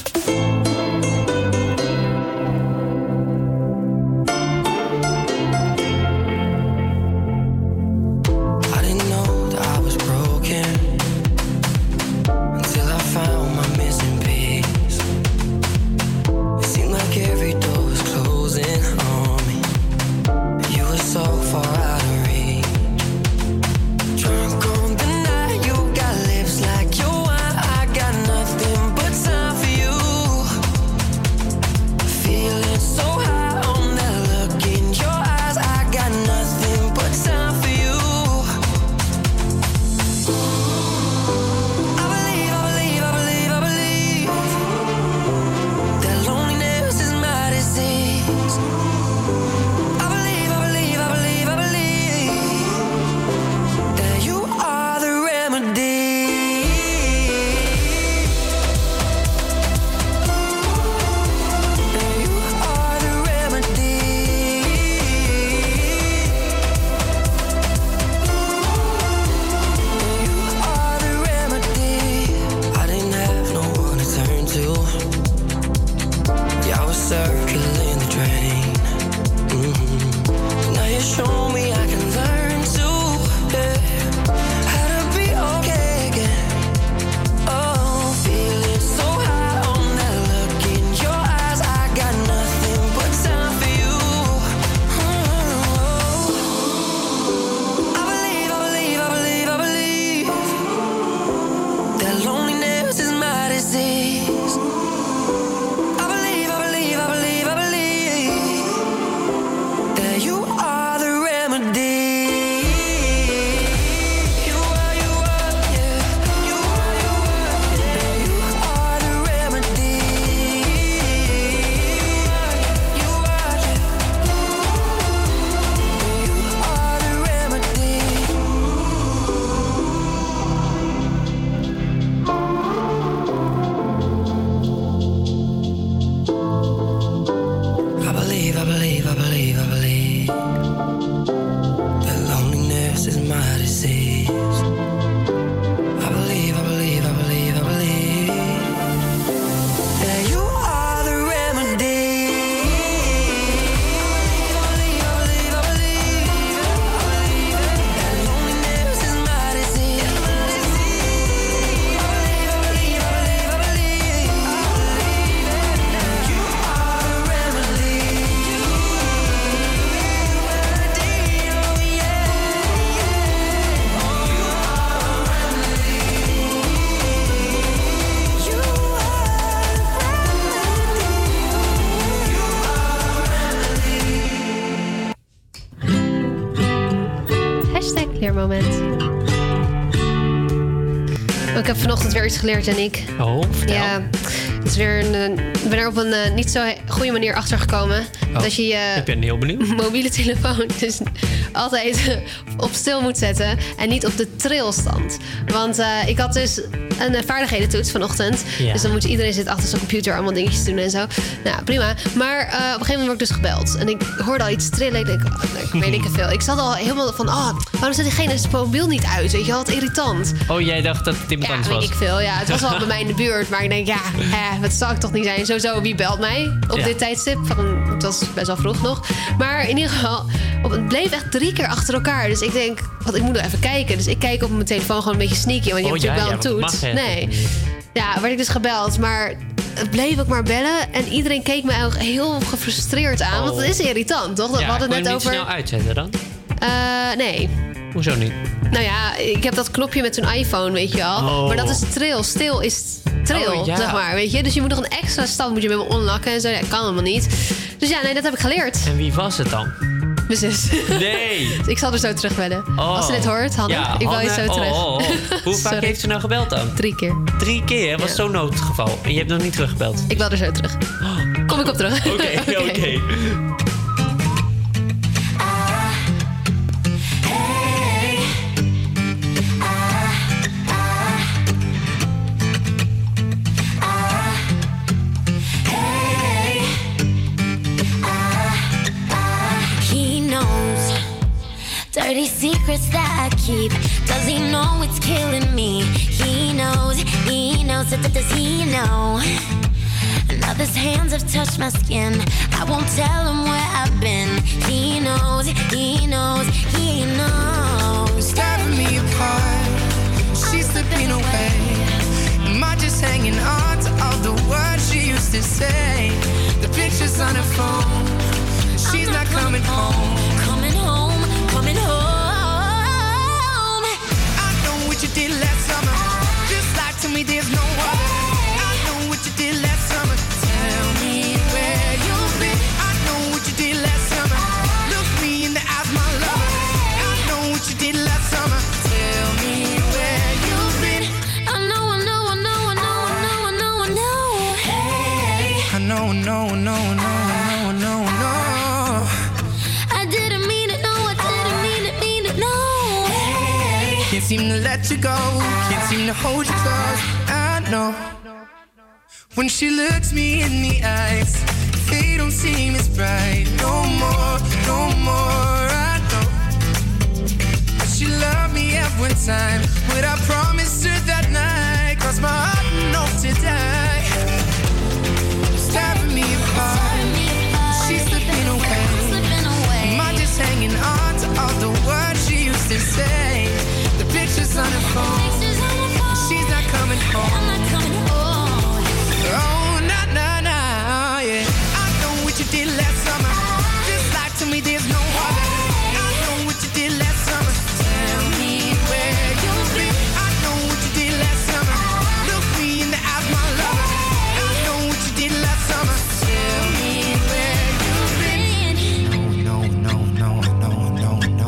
Ik heb vanochtend weer iets geleerd, Yannick. Oh, vertel. Ja, het is weer een, ik ben er op een uh, niet zo goede manier achter gekomen. Oh. Dat je je Ik ben heel benieuwd. mobiele telefoon dus altijd op stil moet zetten en niet op de trilstand. Want uh, ik had dus een uh, vaardighedentoets vanochtend. Ja. Dus dan moet iedereen zitten achter zijn computer allemaal dingetjes doen en zo. Nou, prima. Maar uh, op een gegeven moment word ik dus gebeld. En ik hoorde al iets trillen. Ik denk, oh, ik weet niet veel. Ik zat al helemaal van, oh, waarom zet diegene zijn mobiel niet uit? Weet je wel, wat irritant. Oh, jij dacht dat het iemand Ja, anders weet was? ik veel. Ja, het was al bij mij in de buurt. Maar ik denk, ja, eh, wat zal ik toch niet zijn? Sowieso, wie belt mij op Ja. dit tijdstip? Van, het was best wel vroeg nog. Maar in ieder geval, op, het bleef echt drie keer achter elkaar. Dus ik denk, wat, ik moet nog even kijken. Dus ik kijk op mijn telefoon gewoon een beetje sneaky. Want je Oh, hebt ja, natuurlijk wel ja, een want toets. dat mag, hè? Nee. Ja, werd ik dus gebeld. Maar het bleef ook maar bellen. En iedereen keek me ook heel gefrustreerd aan. Oh. Want het is irritant, toch? Ja, We hadden kon het je net hem niet over... snel uitzetten dan? Eh, nee. Hoezo niet? Nou ja, ik heb dat knopje met zo'n iPhone, weet je wel. Oh. Maar dat is trill. Stil is trill, Oh, ja. zeg maar, weet je. Dus je moet nog een extra stap moet je met me onlakken en zo. Ja, kan helemaal niet. Dus ja, nee, dat heb ik geleerd. En wie was het dan? Mijn zus. Nee. Dus ik zal er zo terugbellen. Oh. Als ze dit hoort, Hanne, Ja, ik bel je Hanne, zo terug. oh, oh, oh. Hoe vaak Sorry. heeft ze nou gebeld dan? Drie keer. Drie keer? Was Ja. zo'n noodgeval. En je hebt nog niet teruggebeld? Ik bel er zo terug. Kom ik op terug. Oké, oké. secrets that I keep. Does he know it's killing me? He knows, he knows, does he know? Another's hands have touched my skin. I won't tell him where I've been. He knows, he knows, he knows. It's tearing me apart. She's slipping away. Am I just hanging on to all the words she used to say? The pictures on her phone. She's not coming home. Coming home, coming home. I know what you did last summer. Just like to me there's no other. I know what you did last summer. Tell me where you've been. I know what you did last summer. Look me in the eyes, my lover. I know what you did last summer. Tell me where you've been. I know, I know, I know, I know, I know, I know, I know. Hey. I know, I know, I know, I know, I know, I know. I didn't mean it, no, I didn't mean it, mean it, no. Hey. Can't seem to let you go. Can't seem to hold you close. I know. When she looks me in the eyes, they don't seem as bright. No more, no more. I know. But she loved me every time. But I promised her that night. Cause my heart knows to die. It's tearing me apart. She's slipping away. Am I just hanging on to all the words she used to say? The pictures on her phone. She's not coming home. I'm not coming home. Oh, nah, nah, nah, yeah. I know what you did last summer. Just like to me there's no other. I know what you did last summer. Tell me where you've been. I know what you did last summer. Look me in the eyes, my lover. I know what you did last summer. Tell me where you've been. No, no, no, no, no, no.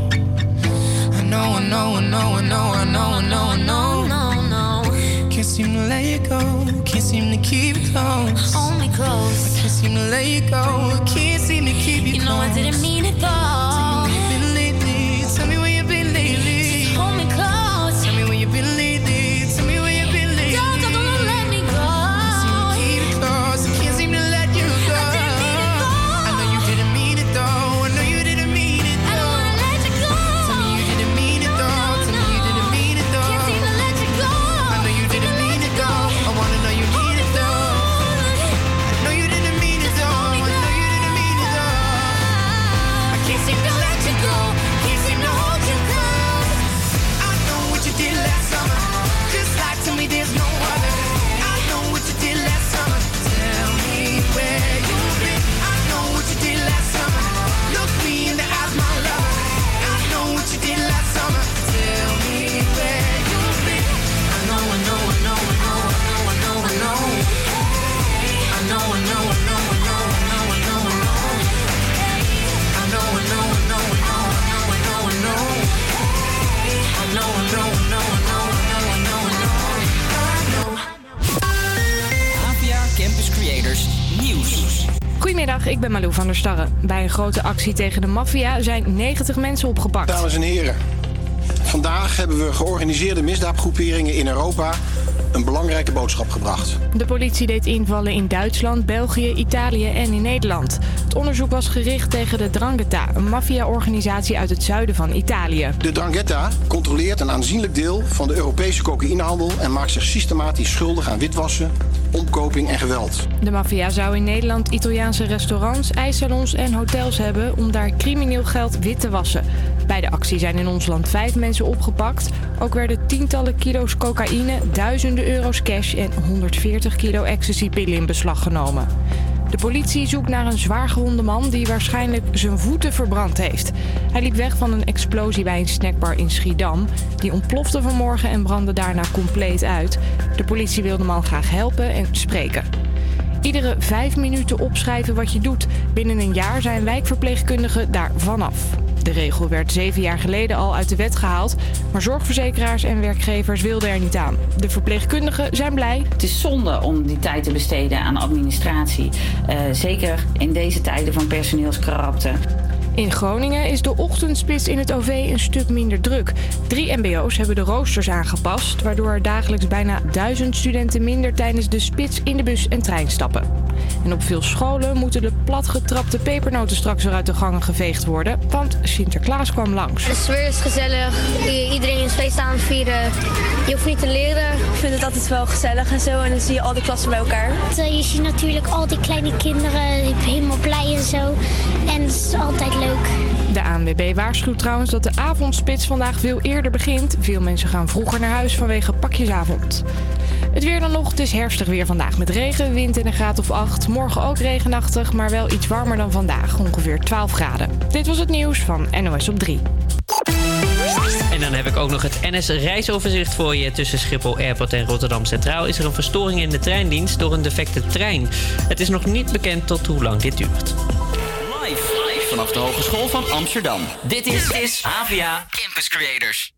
I know, I know, I know, I know, I know, I know, I know. No, no. Can't seem to let you go. Can't seem to keep it close. Hold me close. I can't seem to let you go. Can't seem to keep you, You know close. I didn't mean it though. Tell me where you've been lately. Tell me where you've been lately. Hold me close. Tell me where you've been lately. Tell me where you've been lately. Don't, don't, don't let me go. Keep it close. I can't seem to let you go. I didn't mean it though. I know you didn't mean it though. I know you didn't mean it I don't though. wanna let you go. Tell me you didn't mean it though. Tell me you didn't mean it though. Can't seem to let you go. I know you didn't mean it though. I wanna know you mean it though. I know you didn't mean it though. I know you didn't mean it though. I can't seem to let you go. Can't seem to hold you close. I know what you did last summer. Just like to me there's no other. I know what you did last summer. Tell me where you've been. I know what you did last summer. Look me in the eyes, my lover. I know what you did last summer. Tell me where you've been. I know, I know, I know, I know, I know, I know, I know. I know, I know, I know, I know, I know, I know, I know. I know, I know, I know, I know, I know, I know, I know. I know, I know, I know, I know, I know, I know, I know. Avia Campus Creators Nieuws. Goedemiddag, ik ben Malou van der Starre. Bij een grote actie tegen de maffia zijn negentig mensen opgepakt. Dames en heren, vandaag hebben we georganiseerde misdaadgroeperingen in Europa een belangrijke boodschap gebracht. De politie deed invallen in Duitsland, België, Italië en in Nederland. Het onderzoek was gericht tegen de 'Ndrangheta, een maffia-organisatie uit het zuiden van Italië. De 'Ndrangheta controleert een aanzienlijk deel van de Europese cocaïnehandel en maakt zich systematisch schuldig aan witwassen, omkoping en geweld. De maffia zou in Nederland Italiaanse restaurants, ijssalons en hotels hebben om daar crimineel geld wit te wassen. Bij de actie zijn in ons land vijf mensen opgepakt. Ook werden tientallen kilo's cocaïne, duizenden euro's cash en honderdveertig kilo ecstasypillen in beslag genomen. De politie zoekt naar een zwaargewonde man die waarschijnlijk zijn voeten verbrand heeft. Hij liep weg van een explosie bij een snackbar in Schiedam. Die ontplofte vanmorgen en brandde daarna compleet uit. De politie wil de man graag helpen en spreken. Iedere vijf minuten opschrijven wat je doet. Binnen een jaar zijn wijkverpleegkundigen daar vanaf. De regel werd zeven jaar geleden al uit de wet gehaald, maar zorgverzekeraars en werkgevers wilden er niet aan. De verpleegkundigen zijn blij. Het is zonde om die tijd te besteden aan administratie. Uh, zeker in deze tijden van personeelskrapte. In Groningen is de ochtendspits in het O V een stuk minder druk. Drie mbo's hebben de roosters aangepast, waardoor er dagelijks bijna duizend studenten minder tijdens de spits in de bus en trein stappen. En op veel scholen moeten de platgetrapte pepernoten straks weer uit de gangen geveegd worden, want Sinterklaas kwam langs. De sfeer is gezellig, I- iedereen is feest aan het vieren. Je hoeft niet te leren. Ik vind het altijd wel gezellig en zo en dan zie je al die klassen bij elkaar. Je ziet natuurlijk al die kleine kinderen helemaal blij en zo. En het is altijd leuk. De A N W B waarschuwt trouwens dat de avondspits vandaag veel eerder begint. Veel mensen gaan vroeger naar huis vanwege pakjesavond. Het weer dan nog. Het is herfstig weer vandaag met regen, wind en een graad of acht. Morgen ook regenachtig, maar wel iets warmer dan vandaag. Ongeveer twaalf graden. Dit was het nieuws van N O S op drie. En dan heb ik ook nog het N S reisoverzicht voor je. Tussen Schiphol Airport en Rotterdam Centraal is er een verstoring in de treindienst door een defecte trein. Het is nog niet bekend tot hoe lang dit duurt. Live, live vanaf de Hogeschool van Amsterdam. Dit is, is H V A Campus Creators.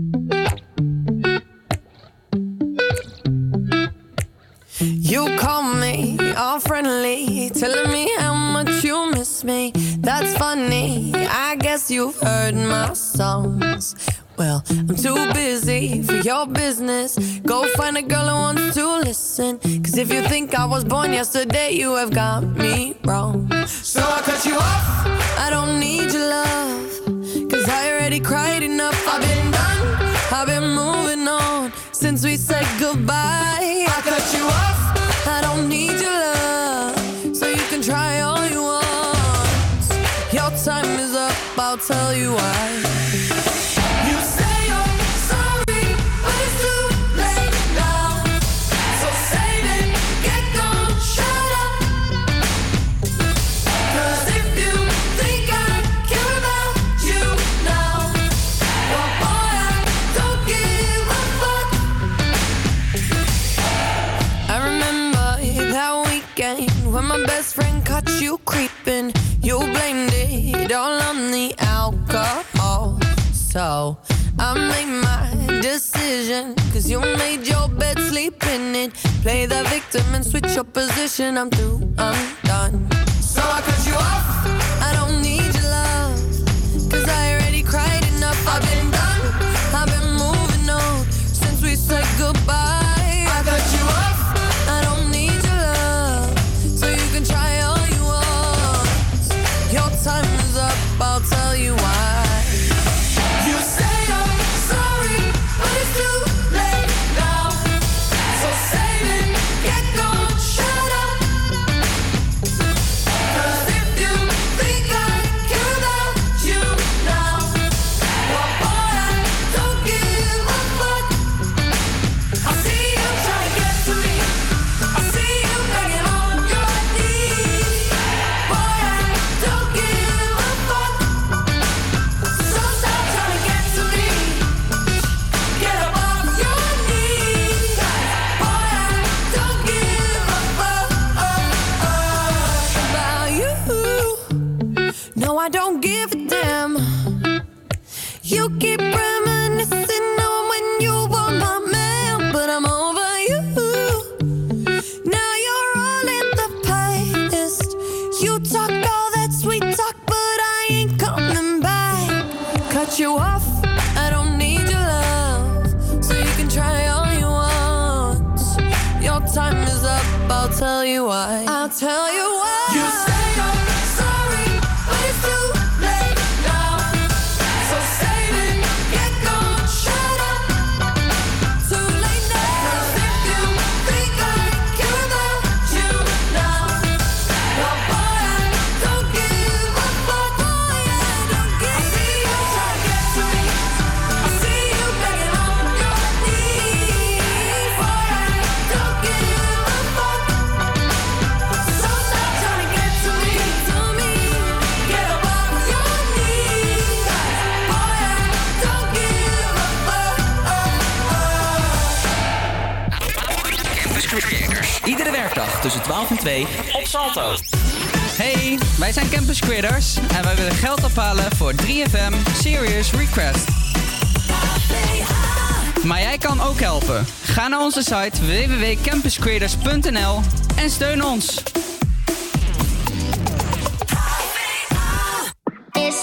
You call me all friendly, telling me how much you miss me. That's funny, I guess you've heard my songs. Well, I'm too busy for your business. Go find a girl who wants to listen. Cause if you think I was born yesterday, you have got me wrong. So I cut you off, I don't need your love. Cause I already cried enough, I've been done, I've been moving on since we said goodbye. I cut you off, I don't need your love, so you can try all you want. Your time is up, I'll tell you why. You say you're sorry, but it's too late now. So save it, get gone, shut up. Cause if you think I care about you now, well boy, I don't give a fuck. I remember that weekend when my best friend caught you creeping. You blamed it all on the alcohol. So I made my decision, cause you made your bed, sleep in it. Play the victim and switch your position. I'm through, I'm done. So I cut you off, I don't need your love, cause I already cried enough. I've been done, I've been moving on since we said goodbye. I cut you off, I don't need your love, so you can try all you want. Your time is up, I'll tell you why. You say you're sorry, but it's too late now. So save it, get gone, shut up. Cause if you think I care about you now, well boy, I don't give a fuck. I see you trying to get to me, I see you begging on your knees. Boy, I don't give a fuck. So stop trying to get to me, get up off your knees. Boy, I don't give a fuck about you. No, I don't give a damn. You keep reminiscing on when you were my man, but I'm over you. Now you're all in the past. You talk all that sweet talk, but I ain't coming back. Cut you off, I don't need your love, so you can try all you want. Your time is up, I'll tell you why. I'll tell you why. You say you're sorry, but it's too late now. So save it, get gone, shut up. Too late now. 'Cause if you think I care about you now, well boy, I don't give a fuck. Boy, I don't give. I see you trying to get to me, I see you begging on your knees. Boy, I don't give a fuck. So stop trying to get to me, to me. Get up off your knees. Boy, I don't give a fuck. Campus Creators. Iedere werkdag tussen twaalf en twee op Salto. Hey, wij zijn Campus Creators en wij willen geld ophalen voor drie F M Serious Request. Maar jij kan ook helpen. Ga naar onze site w w w punt campus creators punt n l en steun ons. It's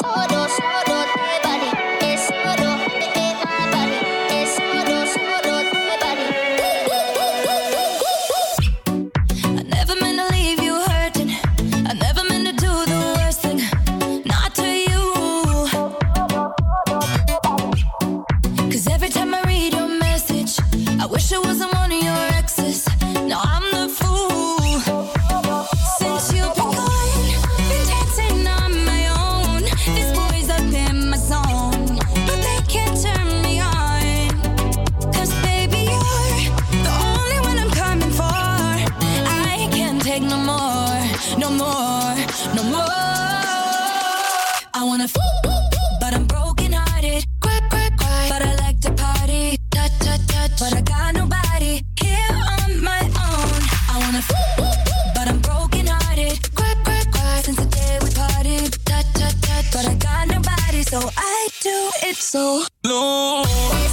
wish I wasn't one of your exes. Now I'm the fool. Since you've been gone, been dancing on my own. These boys up in my zone, but they can't turn me on. Cause baby, you're the only one I'm coming for. I can't take no more, no more, no more. I wanna f- but I'm broken hearted. Cry, cry, cry, but I like to party. Touch, touch, touch, but I got nobody here on my own. I wanna f- but I'm broken hearted. Cry, cry, cry, since the day we parted. Touch, touch, touch, but I got nobody, so I do it so long.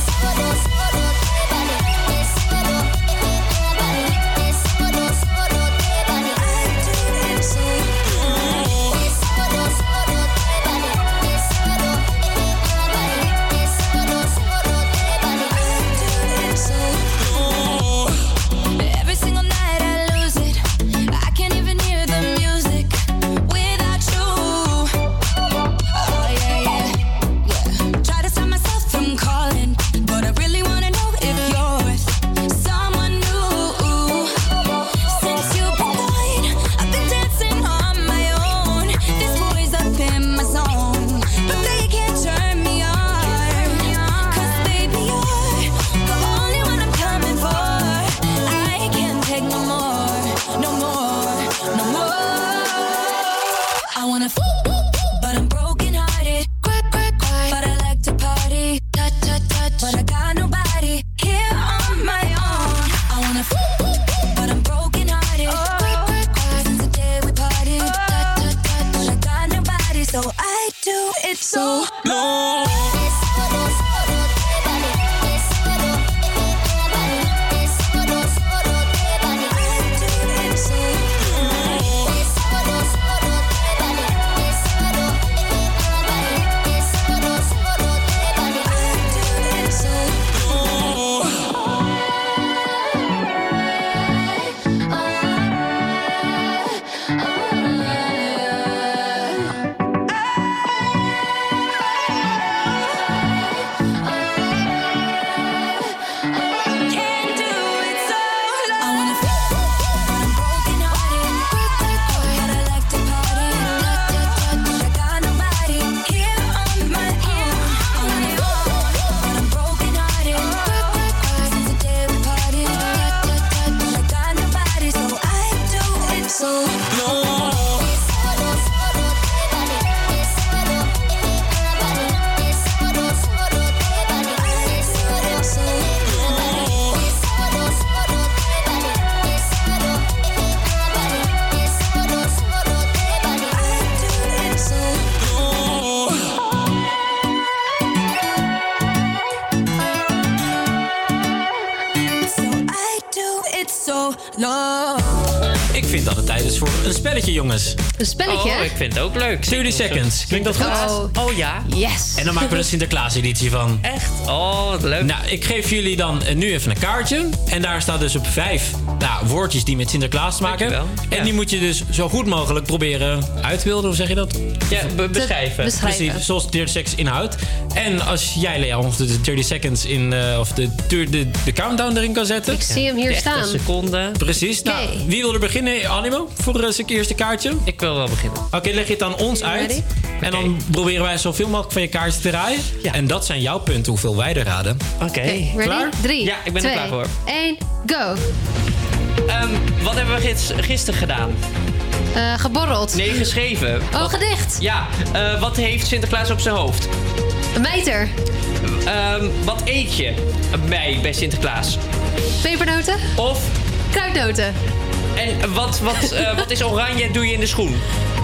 Every single night I lose it. I can't even hear the music without you. Oh yeah, yeah, yeah. Try to stop myself from calling, but I really wanna know if you're with someone new. Since you've been gone, I've been dancing on my own. This boy's up in my zone, but they can't turn me on. Cause baby, you're the only one I'm coming for. I can't take no more, no more, no more. I wanna f- but I'm broken hearted. Cry, cry, cry, but I like to party. Touch, touch, touch, but I got nobody here on my own. I wanna f- but I'm broken hearted. Cry, cry, cry, since the day we parted. Touch, touch, touch, but I got nobody, so I do it so long. Ik vind dat het tijd is voor een spelletje, jongens. Een spelletje? Oh, ik vind het ook leuk. thirty seconds. Klinkt dat goed? Oh. Oh ja. Yes. En dan maken we een Sinterklaas-editie van. Echt? Oh, wat leuk. Nou, ik geef jullie dan nu even een kaartje. En daar staat dus op vijf nou, woordjes die met Sinterklaas te maken hebben. En Ja. die moet je dus zo goed mogelijk proberen uit te beelden. Hoe zeg je dat? Ja, be- beschrijven. beschrijven. Precies, zoals thirty seconds inhoudt. En als jij, Lea, of de thirty seconds in, uh, of de, de, de, de countdown erin kan zetten. Ik zie hem hier dertig staan. seconden. Precies. Oké. Nou, wie wil er beginnen, Animo? Voor uh, zijn eerste kaartje? Ik wil wel beginnen. Oké, okay, leg je het aan ons uit. Ready? En dan proberen wij zoveel mogelijk van je kaartje te draaien. Ja. En dat zijn jouw punten, hoeveel wij er raden. Oké. Oké, ready? Klaar? Drie, Ja, ik ben er twee, klaar voor. één, go. Um, wat hebben we gis- gisteren gedaan? Uh, geborreld. Nee, geschreven. Oh, Wat- gedicht. Ja, uh, wat heeft Sinterklaas op zijn hoofd? Een mijter. Um, wat eet je bij, bij Sinterklaas? Pepernoten. Of, Kruidnoten. en wat, wat, uh, wat is oranje en doe je in de schoen?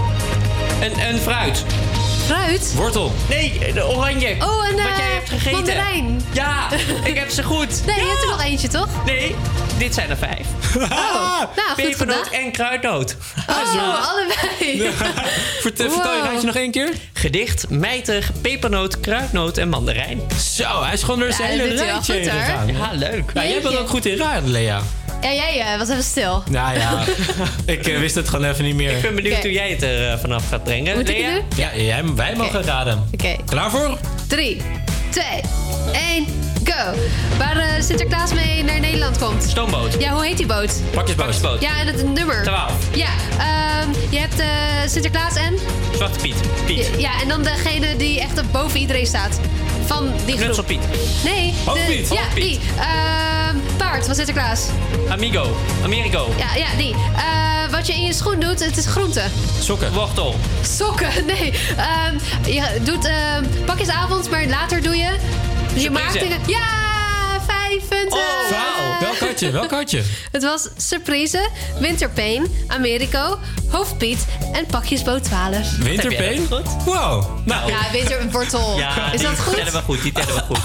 Een, een fruit. Fruit? Wortel. Nee, de oranje. Oh, een wat jij hebt gegeten. mandarijn. Ja, ik heb ze goed. Nee, ja. je hebt er nog eentje, toch? Nee, dit zijn er vijf. Oh, nou, goed Pepernoot gedaan. en kruidnoot. Oh, allebei. Vertel, Wow. vertel je rijtje nog één keer? Gedicht, mijter, pepernoot, kruidnoot en mandarijn. Zo, hij is gewoon door zijn Ja, hele dat doet hij rijtje wel heen goed, hoor. gegaan. Ja, leuk. Ja, jij bent ook goed in raden, Lea. Ja, jij uh, was even stil. Nou ja, ik uh, wist het gewoon even niet meer. Ik ben benieuwd Oké. hoe jij het er uh, vanaf gaat brengen. Moet ik Lea? het doen? Ja, jij, wij mogen raden. Oké. Klaar voor? Drie, twee, één, go. Waar uh, Sinterklaas mee naar Nederland komt. Stoomboot. Ja, hoe heet die boot? Pakjesboot. Pakjesboot. Ja, en het nummer. twaalf. Ja, um, je hebt uh, Sinterklaas en? Zwarte Piet. Piet. Ja, ja, en dan degene die echt boven iedereen staat. Van die groep. Knutselpiet. Nee. Hoofdpiet. Ja, Hoofdpiet. die. Um, paard van Sinterklaas. Amigo. Amerigo. Ja, ja, die. Uh, wat je in je schoen doet, het is groente. Sokken. Wortel. Sokken, nee. Um, je doet uh, pakjesavond, maar later doe je... Je Surprise. maakt dingen... Ja, vijf punten. Oh, wauw. Welk had je? Welk had je? Het was Surprise, Winterpeen, Americo, Hoofdpiet en pakjesboot twaalf. Winterpeen? Wow. Nou. Ja, winterwortel. Ja, Is dat die goed? tellen we goed. Die tellen we goed.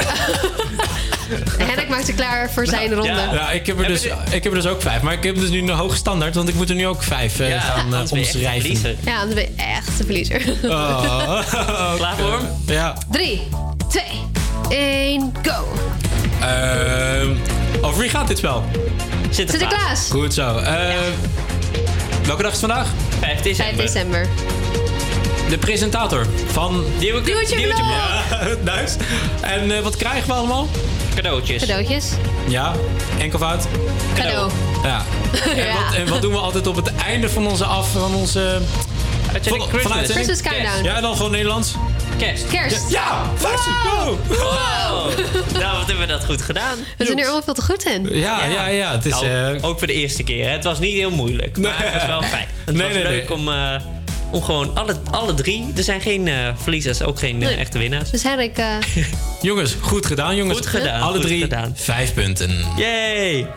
Henrik maakt zich klaar voor zijn ronde. Ja, ja, ik, heb er dus, ik heb er dus ook vijf. Maar ik heb dus nu een hoge standaard, want ik moet er nu ook vijf uh, Ja, gaan uh, omschrijven. Ja, dan ben je echt de verliezer. Oh. Klaar voor hem? Ja. Drie, twee, één, go. Uh, over wie gaat dit spel? Sinterklaas. Sinterklaas. Goed zo. Uh, ja. Welke dag is het vandaag? vijf december. vijf december. De presentator van... Diewertje Blok. Ja, nice. En uh, wat krijgen we allemaal? Cadeautjes. Cadeautjes. Ja, enkelvoud. Cadeau. Ja. En, Ja. Wat, en wat doen we altijd op het einde van onze af... Van onze... Van, Christmas. Christmas countdown. Ja, en dan gewoon Nederlands. Kerst. Kerst. Ja, vijf. Wow. Wow. Nou, wat hebben we dat goed gedaan. We zijn er allemaal veel te goed in. Ja, ja, ja. Het is, nou, uh... ook voor de eerste keer. Hè. Het was niet heel moeilijk, maar het was wel fijn. Het Nee, was nee, leuk nee. om... Uh, Om gewoon alle, alle drie. Er zijn geen uh, verliezers, ook geen uh, Nee. echte winnaars. Dus Henrik... Uh... Jongens, goed gedaan, jongens. Goed gedaan. Alle goed drie, gedaan. vijf punten. Yay!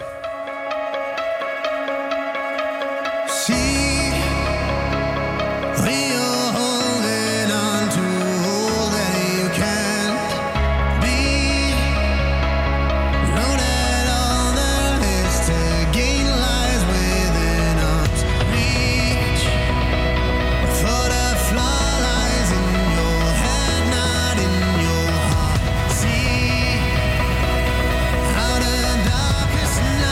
Out of darkest night.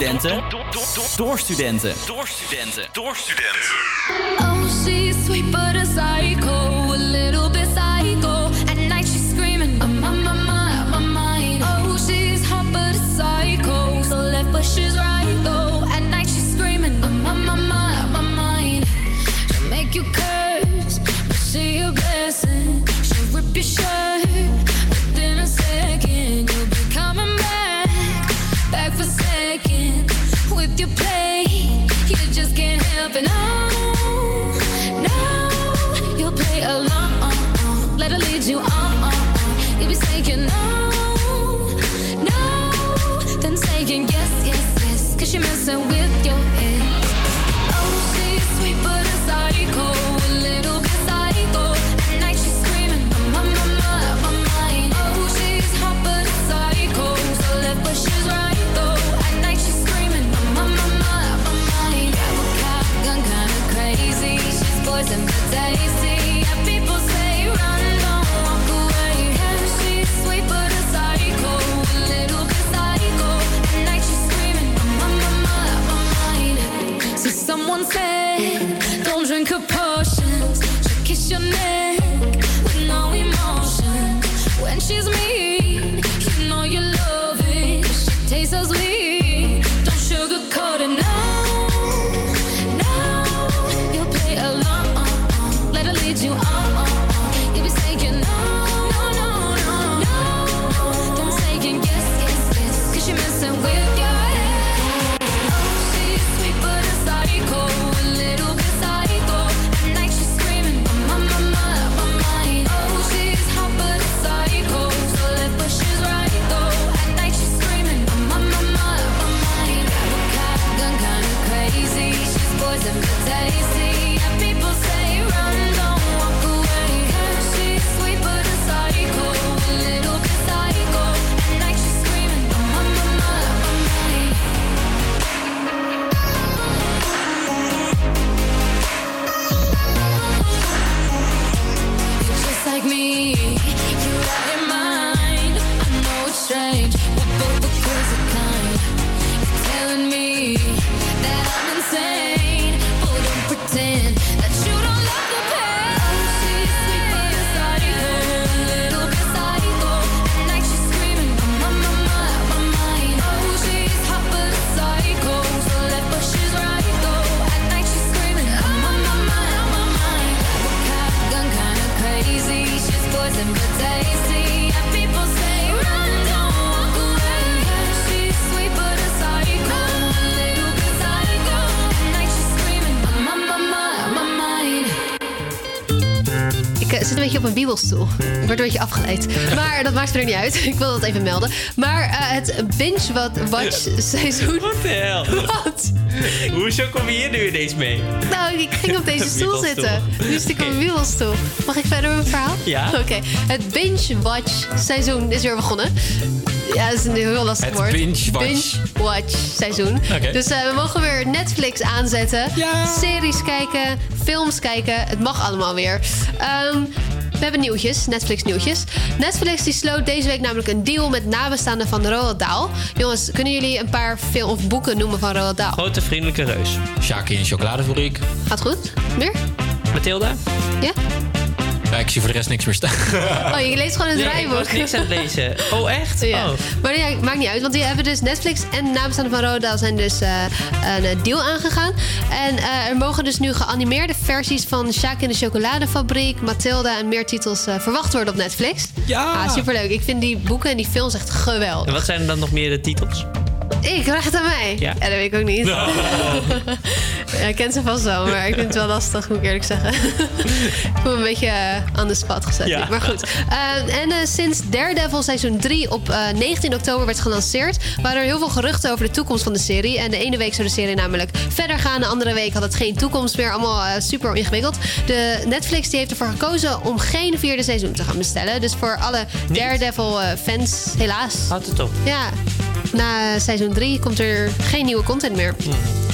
Doorstudenten. Doorstudenten. Doorstudenten. Doorstudenten. Oh, she's sweet but a psycho, a little bit psycho. At night she's screaming, I'm on my mind, my mind. Oh, she's hot but a psycho, so left but she's right though. At night she's screaming, I'm on my mind, my mind. She'll make you curse, but she a blessing. She'll rip your shirt within a second. You'll be coming back, back for seconds with your play. You just can't help it. No, no, you'll play along. Let her lead you on. You'll be saying no, no, then saying yes, yes, yes, cause you're messing with your head. Oh, she's sweet but a psycho, a little bit psycho. At night she's screaming, I'm on my mind, my mind. Oh, she's hot but a psycho, so left but she's right though. At night she's screaming, I'm on my mind, my mind. Got a cop gun, kinda crazy. She's poison but tasty. Yeah, people say run, don't walk away. Yeah, she's sweet but a psycho, a little bit psycho. At night she's screaming, I'm on my mind, my mind. See, someone said, don't drink her potions. She'll kiss your neck with no emotion. When she's mean, you know you love it. She tastes so sweet, don't sugarcoat it, no, no. You'll play along, let her lead you on. You'll be saying no, no, no, no, no. Then saying yes, yes, yes, cause you're messing with your head. Oh, she's sweet but a psycho, a little bit psycho. At night she's screaming, I'm on my mind, my mind. Oh, she's hot but a psycho, so left but she's right though. At night she's screaming, I'm on my mind, my mind. Got a cop gun, kinda crazy. She's poison but tasty. Yeah, people say run, don't walk away. Yeah, she's sweet but a psycho, a little bit psycho. At night she's screaming, I'm on my mind, my mind. You're just like me, you're out your mind. I know it's strange, we're both the crazy kind. You're telling me that I'm insane, but don't pretend that you don't love the pain. Oh, she's sweet but a psycho, a little bit psycho. At night she's screaming, I'm on my mind, my mind. Oh, she's hot but a psycho, so left but she's right though. At night she's screaming, I'm on my mind, my mind. Got a cop gun, kinda crazy. She's poison but tasty. Yeah, people say run, don't walk away. Yeah, she's sweet but a psycho, a little bit psycho. At night she's screaming, I'm on my mind, my mind. Ik eh, zit een beetje op een wiebelstoel. Ik word een beetje afgeleid. Maar dat maakt er niet uit. Ik wil dat even melden. Maar uh, het binge-watch seizoen... Wat de hel? Wat? Hoezo kom je hier nu ineens mee? Nou, ik ging op deze stoel Wiebelstoel. zitten. Nu zit ik op een wiebelstoel. Mag ik verder met mijn verhaal? Ja. Oké. Het binge-watch seizoen is weer begonnen. Ja, dat is een heel lastig Het woord. binge-watch. Binge-watch seizoen. Oké. Dus uh, we mogen weer Netflix aanzetten. Ja. Series kijken, films kijken. Het mag allemaal weer. Um, we hebben nieuwtjes, Netflix nieuwtjes. Netflix die sloot deze week namelijk een deal met nabestaanden van Roald Dahl. Jongens, kunnen jullie een paar film of boeken noemen van Roald Dahl? Grote vriendelijke reus. Shaki en chocoladefabriek. Gaat goed? Meer? Mathilda? Ja? Ja, ik zie voor de rest niks meer staan. Oh, je leest gewoon het Nee, ik draaiboek. was niks aan het lezen. Oh, echt? Ja. Oh. Maar ja, maakt niet uit, want die hebben dus Netflix en nabestaanden van Roald Dahl zijn dus uh, een deal aangegaan. En uh, er mogen dus nu geanimeerde versies van Shaki en de chocoladefabriek, Mathilda en meer titels uh, verwacht worden op Netflix. Ja! Ah, superleuk. Ik vind die boeken en die films echt geweldig. En wat zijn er dan nog meer de titels? Ik vraag het aan mij. Ja. Ja, dat weet ik ook niet. No. Ja, ik ken ze vast wel, maar ik vind het wel lastig, moet ik eerlijk zeggen. Ik voel me een beetje uh, aan de spot gezet. Ja. Maar goed. Uh, en uh, sinds Daredevil seizoen drie op uh, negentien oktober werd gelanceerd, waren er heel veel geruchten over de toekomst van de serie. En de ene week zou de serie namelijk verder gaan. De andere week had het geen toekomst meer. Allemaal uh, super ingewikkeld. De Netflix die heeft ervoor gekozen om geen vierde seizoen te gaan bestellen. Dus voor alle Daredevil uh, fans, helaas. Houd het op. Ja. Na seizoen drie komt er geen nieuwe content meer. Hmm.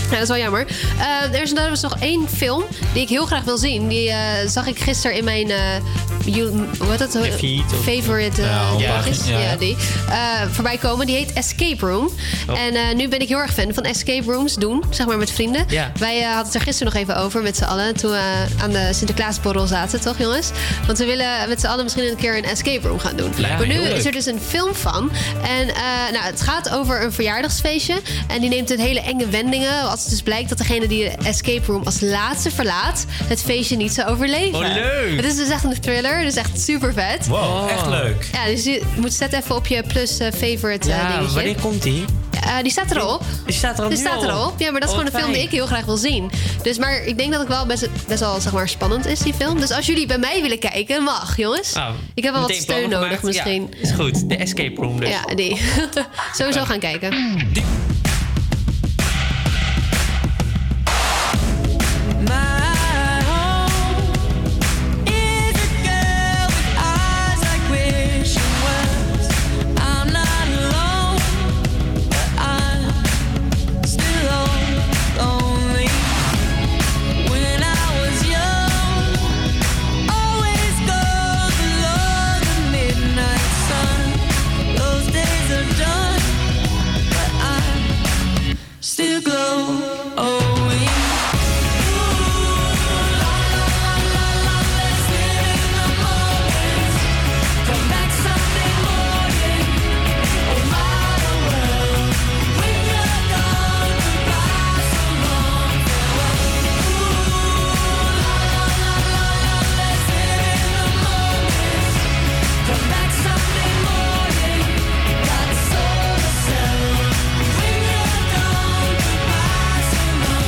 Ja, dat is wel jammer. Uh, er is trouwens nog één film die ik heel graag wil zien. Die uh, zag ik gisteren in mijn... Uh, you, wat het? Favorite uh, ja, is. ja. Ja, die. Uh, voorbij komen. Die heet Escape Room. Oh. En uh, nu ben ik heel erg fan van escape rooms doen. Zeg maar met vrienden. Ja. Wij uh, hadden het er gisteren nog even over met z'n allen. Toen we uh, aan de Sinterklaasborrel zaten. Toch jongens? Want we willen met z'n allen misschien een keer een escape room gaan doen. Ja, maar nu is er dus een film van. En uh, nou, het gaat over een verjaardagsfeestje. En die neemt een hele enge wendingen. Als het dus blijkt dat degene die de escape room als laatste verlaat... het feestje niet zou overleven. Oh, leuk! Het is dus echt een thriller. Het is echt super vet. Wow, Oh. echt leuk. Ja, dus je moet zet even op je plus uh, favorite uh, Ja, dingetje. wanneer komt die? Uh, die staat erop. Die staat er al Die nu staat al erop. Ja, maar dat is Oh, gewoon een film die fijn. ik heel graag wil zien. Dus, maar ik denk dat ik wel best, best wel zeg maar, spannend is, die film. Dus als jullie bij mij willen kijken, mag, jongens. Nou, ik heb wel wat meteen steun plannen nodig gemaakt. misschien. Ja, is goed. De escape room dus. Ja, die. Sowieso gaan kijken. Still glow, oh we come back Sunday morning, oh my world, when you're gone, goodbye so long, farewell. Let's live in the moment. Come back Sunday morning, got a soul to sell. When you're gone, goodbye so long.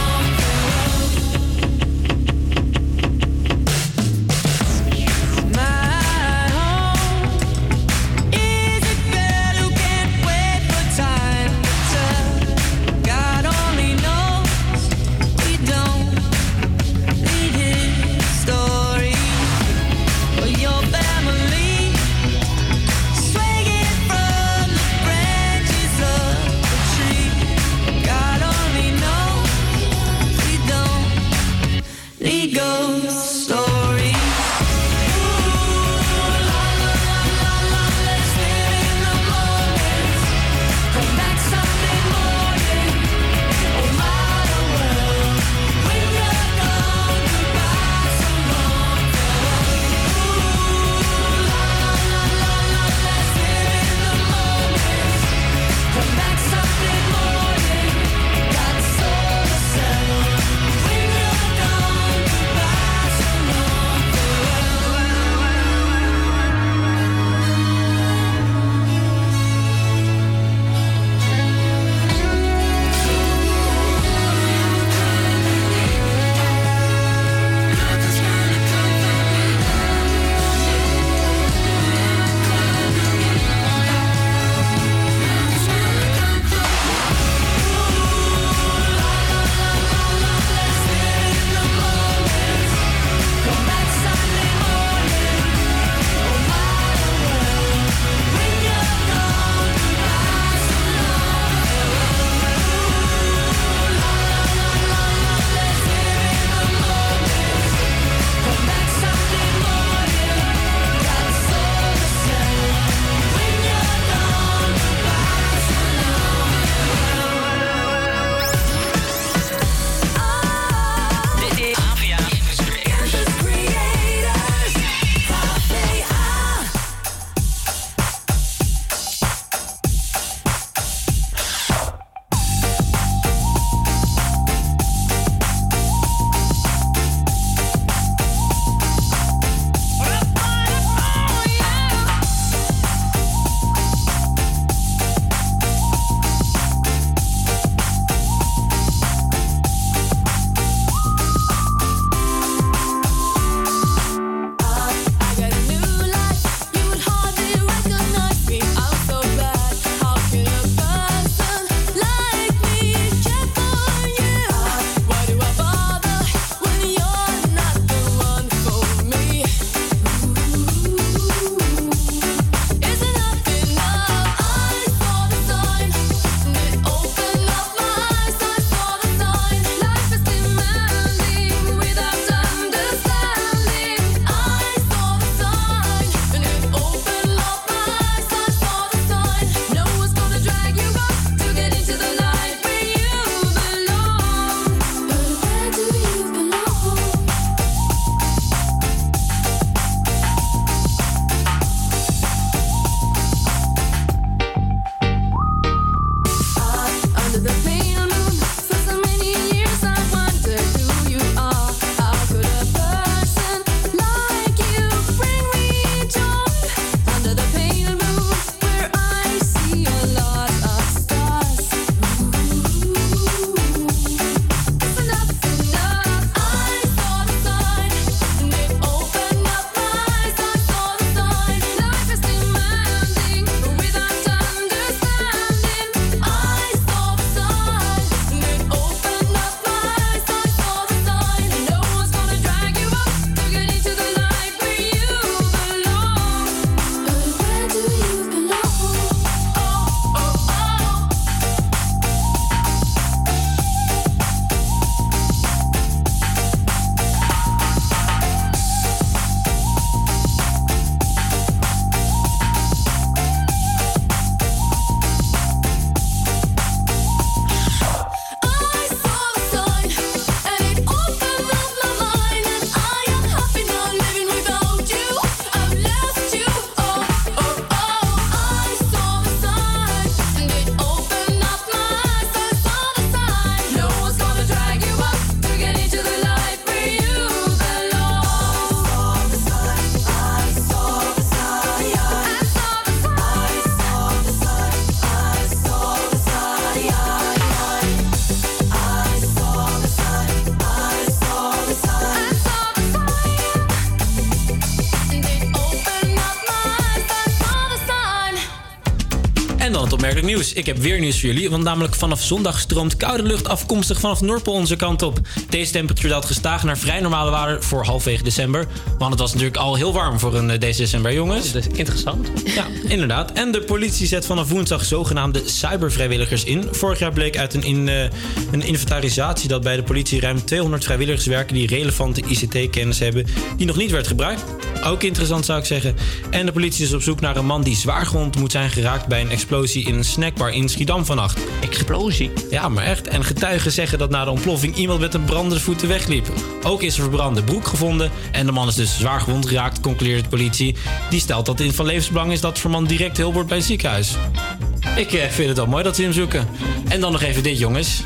opmerkelijk nieuws. Ik heb weer nieuws voor jullie, want namelijk vanaf zondag stroomt koude lucht afkomstig vanaf Noordpool onze kant op. Deze temperatuur daalt gestaag naar vrij normale waarden voor halfwege december. Want het was natuurlijk al heel warm voor een uh, deze december, jongens. Oh, dat is interessant. Ja, inderdaad. En de politie zet vanaf woensdag zogenaamde cybervrijwilligers in. Vorig jaar bleek uit een, in, uh, een inventarisatie dat bij de politie ruim tweehonderd vrijwilligers werken die relevante I C T-kennis hebben die nog niet werd gebruikt. Ook interessant zou ik zeggen. En de politie is op zoek naar een man die zwaargewond moet zijn geraakt bij een explosie in een snackbar in Schiedam vannacht. Explosie? Ja, maar echt. En getuigen zeggen dat na de ontploffing iemand met een brandende voeten wegliep. Ook is er verbrande broek gevonden en de man is dus zwaar gewond geraakt, concludeert de politie. Die stelt dat het van levensbelang is dat voor man direct hulp wordt bij het ziekenhuis. Ik eh, vind het wel mooi dat ze hem zoeken. En dan nog even dit, jongens.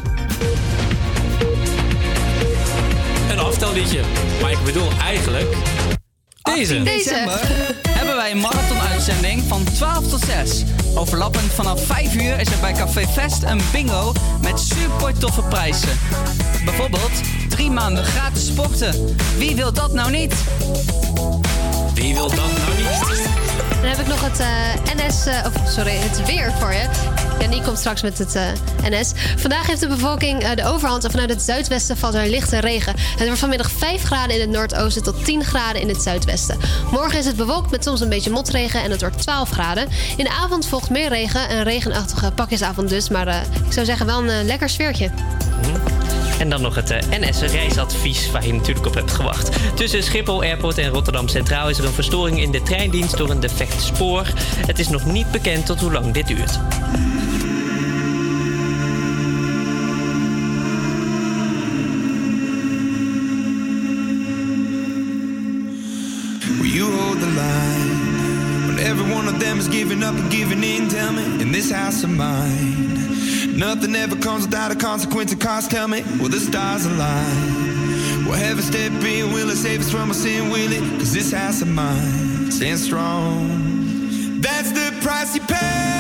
Een aftelliedje. Maar ik bedoel eigenlijk deze. achttien december hebben wij een marathon-uitzending van twaalf tot zes. Overlappend vanaf vijf uur is er bij Café Vest een bingo met super toffe prijzen. Bijvoorbeeld drie maanden gratis sporten. Wie wil dat nou niet? Wie wil dat nou niet? Dan heb ik nog het uh, N S, uh, of sorry, het weer voor je. Ja, die komt straks met het uh, N S. Vandaag heeft de bevolking uh, de overhand en vanuit het zuidwesten valt er lichte regen. Het wordt vanmiddag vijf graden in het noordoosten tot tien graden in het zuidwesten. Morgen is het bewolkt met soms een beetje motregen en het wordt twaalf graden. In de avond volgt meer regen, een regenachtige pakjesavond dus. Maar uh, ik zou zeggen wel een uh, lekker sfeertje. En dan nog het uh, N S-reisadvies waar je natuurlijk op hebt gewacht. Tussen Schiphol Airport en Rotterdam Centraal is er een verstoring in de treindienst door een defect spoor. Het is nog niet bekend tot hoe lang dit duurt. Will you hold the line when every one of them is giving up and giving in? Tell me, in this house of mine, nothing ever comes without a consequence of cost. Tell me, will the stars align? Will heaven step in? Will it save us from our sin? Will it? Cause this house of mine stands strong. That's the price you pay.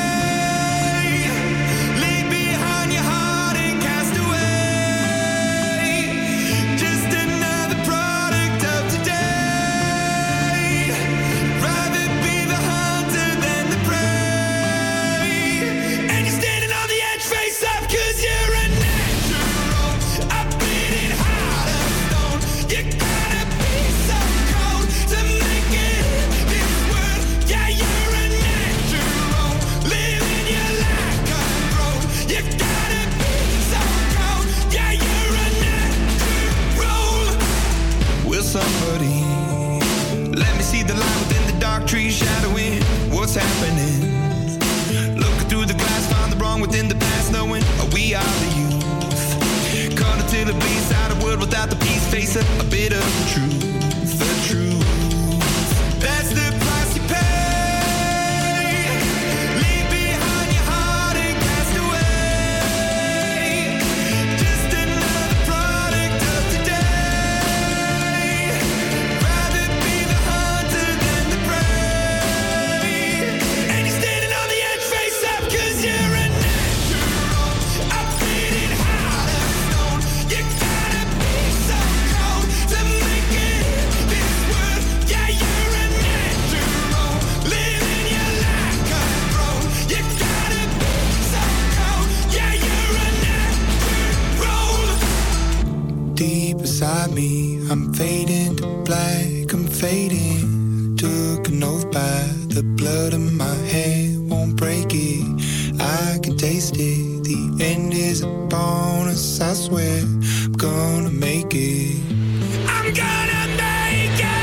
Leave behind your heart and cast away. Just another product of today. Rather be the hunter than the prey. And you're standing on the edge, face up, cause you're a natural. I've been in heart of stone. You gotta be so cold to make it in this world. Yeah, you're a natural. Living your life control. You gotta be so cold. Yeah, you're a natural. Will somebody let me see the light within the dark trees shadowing what's happening? Looking through the glass, find the wrong within the past, knowing we are the youth. Caught until it bleeds out of world without the peace, face a, a bit of the truth, the truth. That's the price you pay. Leave behind your heart and cast away. Just another product of today. Rather be the hunter than the prey. And you're standing on the edge, face up, cause you're a natural. I've been in heart of stone. You gotta be so cold to make it in this world. Yeah, you're a natural. Living your life control. You gotta be so cold. Yeah, you're a natural. Deep inside me, I'm fading to black. I'm fading. Took an oath by the blood in my hand. Won't break it. I can taste it. The end is upon us. I swear I'm gonna make it. I'm gonna make it.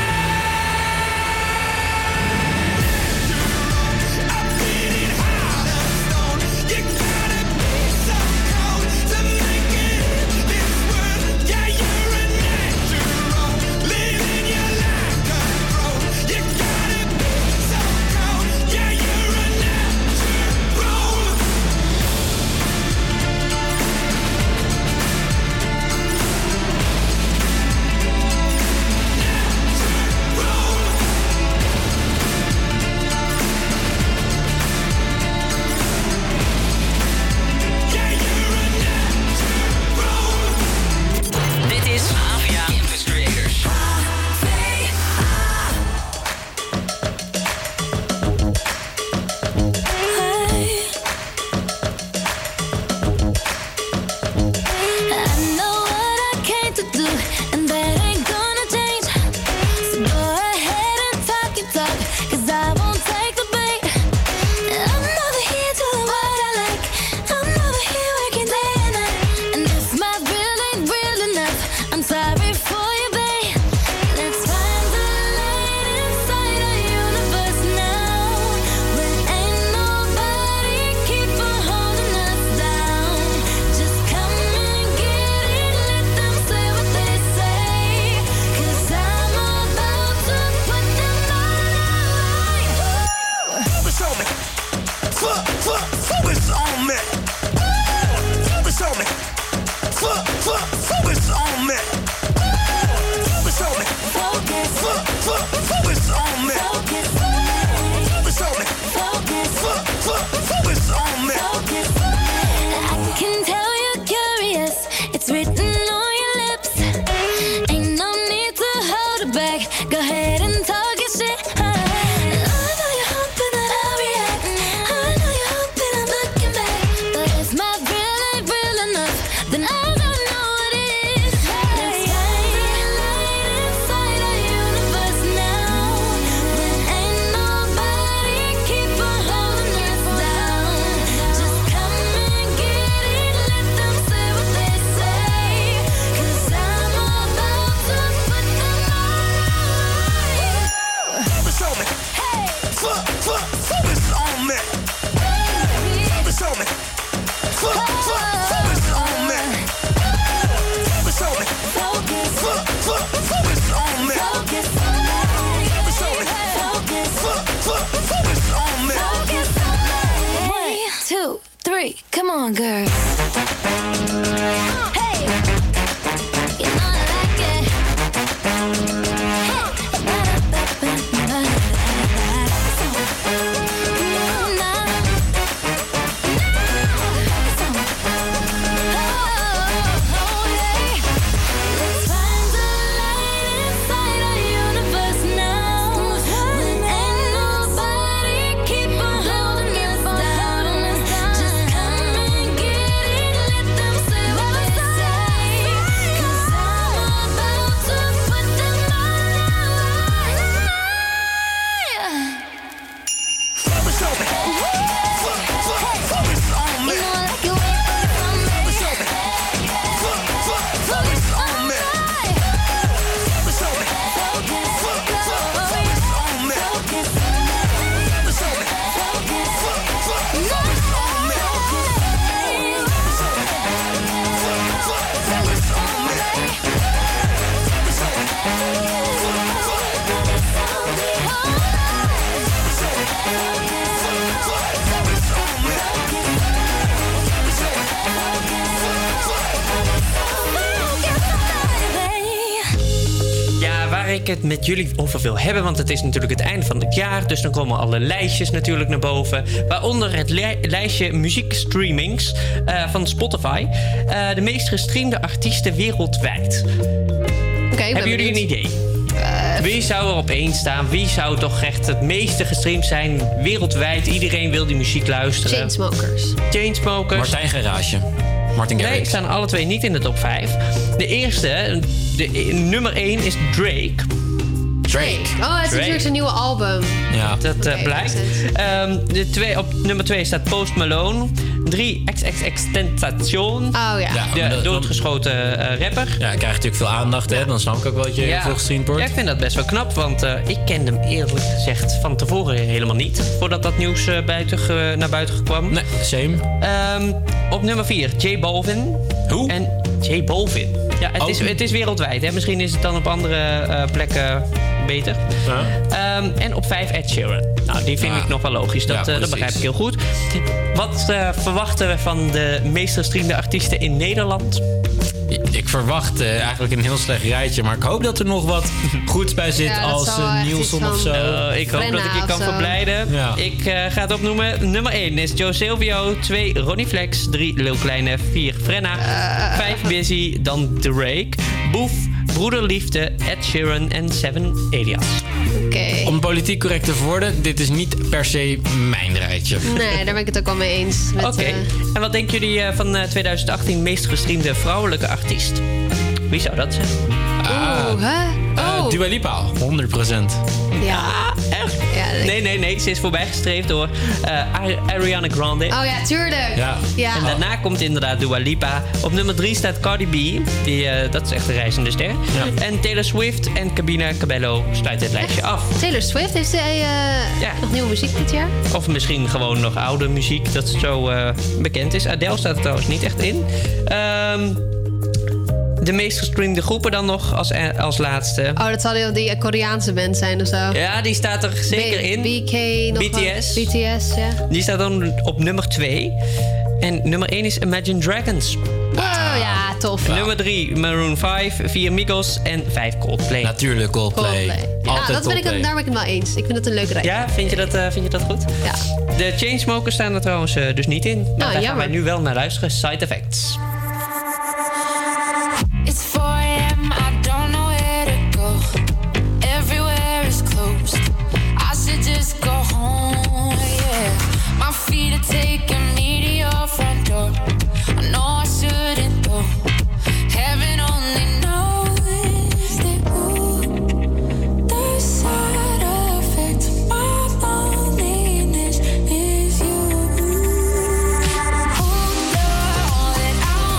I've been in heart of stone. You gotta be so cold to make it in this world. Yeah, you're a natural. Living your life control. You gotta be so cold. Yeah, you're a natural. on, girl. Hey, you know I like it. Ik het met jullie over wil hebben, want het is natuurlijk het einde van het jaar, dus dan komen alle lijstjes natuurlijk naar boven, waaronder het li- lijstje muziekstreamings uh, van Spotify. Uh, de meest gestreamde artiesten wereldwijd. Okay, hebben jullie een idee? Uh, Wie zou er op één staan? Wie zou toch echt het meeste gestreamd zijn wereldwijd? Iedereen wil die muziek luisteren. Chainsmokers. Chainsmokers. Martijn Garage. Martin Garrix. Nee, staan alle twee niet in de top vijf. De eerste, de, nummer één, is Drake. Drake. Oh, het is natuurlijk zijn nieuwe album. Ja. Dat uh, Okay, blijkt. Um, de twee, op nummer twee staat Post Malone. Drie, X X X Tentacion. Oh ja. De dat- doodgeschoten uh, rapper. Ja, hij krijgt natuurlijk veel aandacht, hè? Dan snap ik ook wel dat je heel veel gestreamd wordt. Ja, ik vind dat best wel knap, want uh, ik kende hem eerlijk gezegd van tevoren helemaal niet. Voordat dat nieuws uh, buiten ge- naar buiten kwam. Nee, same. Um, op nummer vier, J Balvin. Hoe? En J Balvin. Ja, het, Oh. is, het is wereldwijd. Hè? Misschien is het dan op andere uh, plekken beter. Ja. Um, en op vijf, Ed Sheeran. Nou, die vind Ja. ik nog wel logisch. Dat, Ja, uh, dat precies. begrijp ik heel goed. Wat uh, verwachten we van de meest gestreamde artiesten in Nederland? Ik verwacht uh, eigenlijk een heel slecht rijtje, maar ik hoop dat er nog wat goeds bij zit Ja, dat als zal uh, echt Nielsen iets of zo. Uh, ik hoop Frenna dat ik je of kan zo. verblijden. Ja. Ik uh, ga het opnoemen. Nummer één is Joe Silvio. twee, Ronnie Flex. drie, Lil Kleine. vier, Frenna. vijf, Busy. Dan Drake. Boef, Broederliefde, Ed Sheeran en Seven Elias. Oké. Om politiek correct te worden, dit is niet per se mijn rijtje. Nee, daar ben ik het ook wel mee eens. Met, Oké. eh, En wat denken jullie uh, van uh, twintig achttien meest gestreamde vrouwelijke artiest? Wie zou dat zijn? Ah, Oeh, hè? uh, Oh. Dua Lipa, honderd procent. Ja. Echt? Ja, dat- Nee, nee, nee. Ze is voorbijgestreefd door uh, Ari- Ariana Grande. Oh ja, tuurlijk. Ja. Ja. En daarna komt inderdaad Dua Lipa. Op nummer drie staat Cardi B. Die, uh, dat is echt een reizende ster. Ja. En Taylor Swift en Camila Cabello sluiten het lijstje af. Taylor Swift, heeft zij eh, Ja. nog nieuwe muziek dit jaar? Of misschien gewoon nog oude muziek dat zo uh, bekend is. Adele staat er trouwens niet echt in. Ehm, de meest gestreamde groepen dan nog als, als laatste. Oh, dat zal die, die Koreaanse band zijn of zo. Ja, die staat er zeker B- in. B K nog B T S. wat? B T S, ja. Die staat dan op nummer twee. En nummer één is Imagine Dragons. Wow, ja, tof. Nummer drie Maroon vijf. vier Migos en vijf Coldplay. Natuurlijk Coldplay. Coldplay. Ja, Altijd dat ben ik, Coldplay. daar ben ik het wel eens. Ik vind het een leuk rijtje. Ja, vind je dat, uh, vind je dat goed? Ja. De Chainsmokers staan er trouwens uh, dus niet in. Maar daar gaan jammer. wij nu wel naar luisteren. Side Effects. It's four a.m. I don't know where to go. Everywhere is closed. I should just go home, yeah. My feet are taking me to your front door. I know I shouldn't go. Heaven only knows that ooh, the side effect of my loneliness is you. Hold the all that I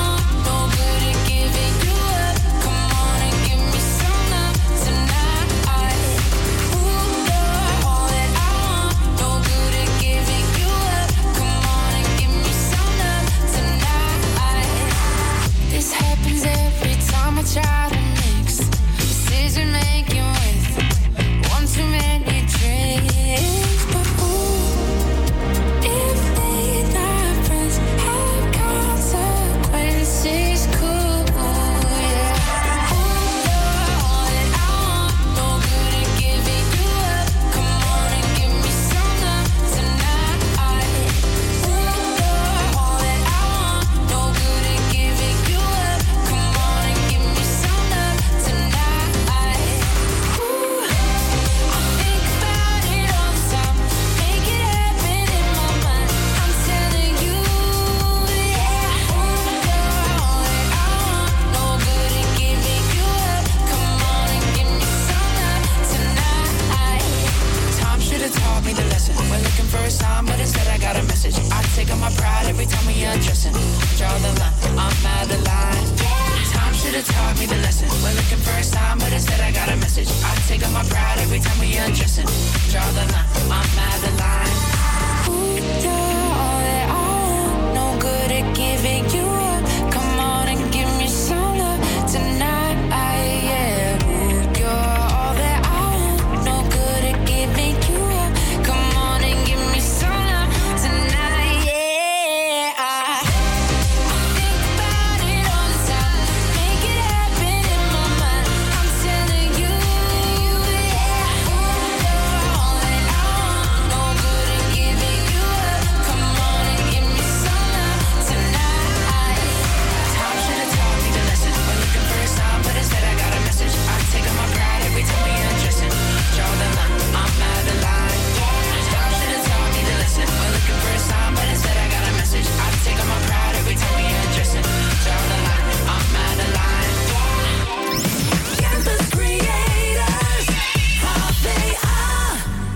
undressing. Draw the line, I'm mad the line. Ooh, you're all that I want. No good at giving you up. Come on and give me some love tonight. Yeah. Ooh, you're all that I want. No good at giving you up. Come on and give me some love tonight. Yeah. I, I think about it all the time. Make it happen in my mind. I'm telling you, yeah. Ooh, you're all that I want. No good at giving you up. Come on and give me some love tonight. Tom should have taught me the lesson. We're looking for a sign, but instead I got a message. I take on my pride every time we undressing. Draw the line, I'm mad the line. Tom should have taught me the lesson. We're looking for a sign, but instead I got a message. I take on my pride every time we undressing. Draw the line, I'm mad the line. Campus creators, how they are.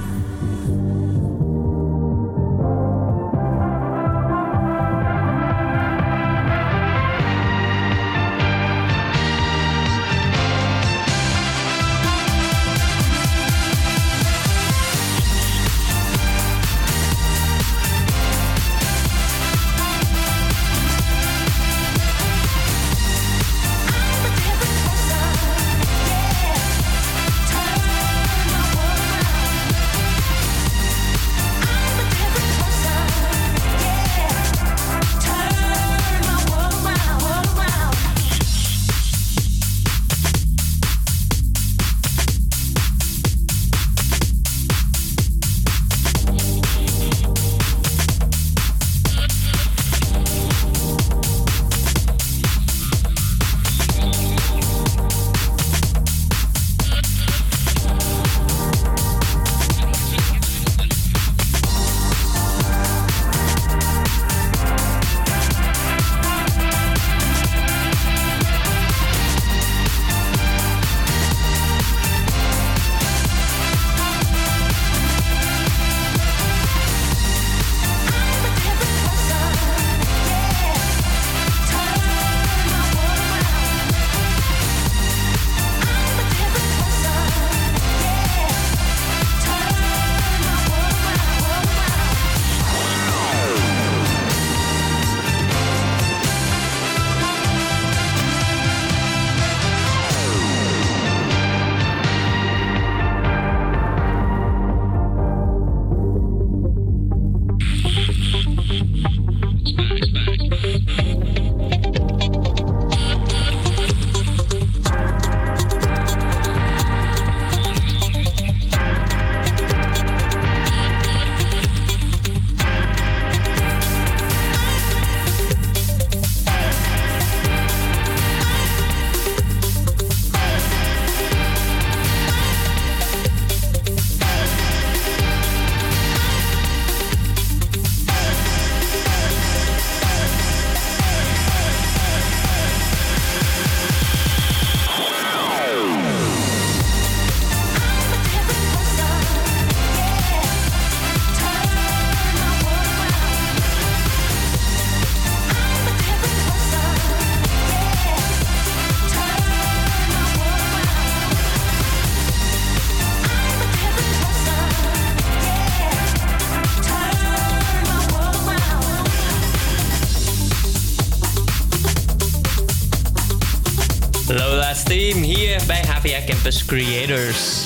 Lola's Team hier bij H V A Campus Creators.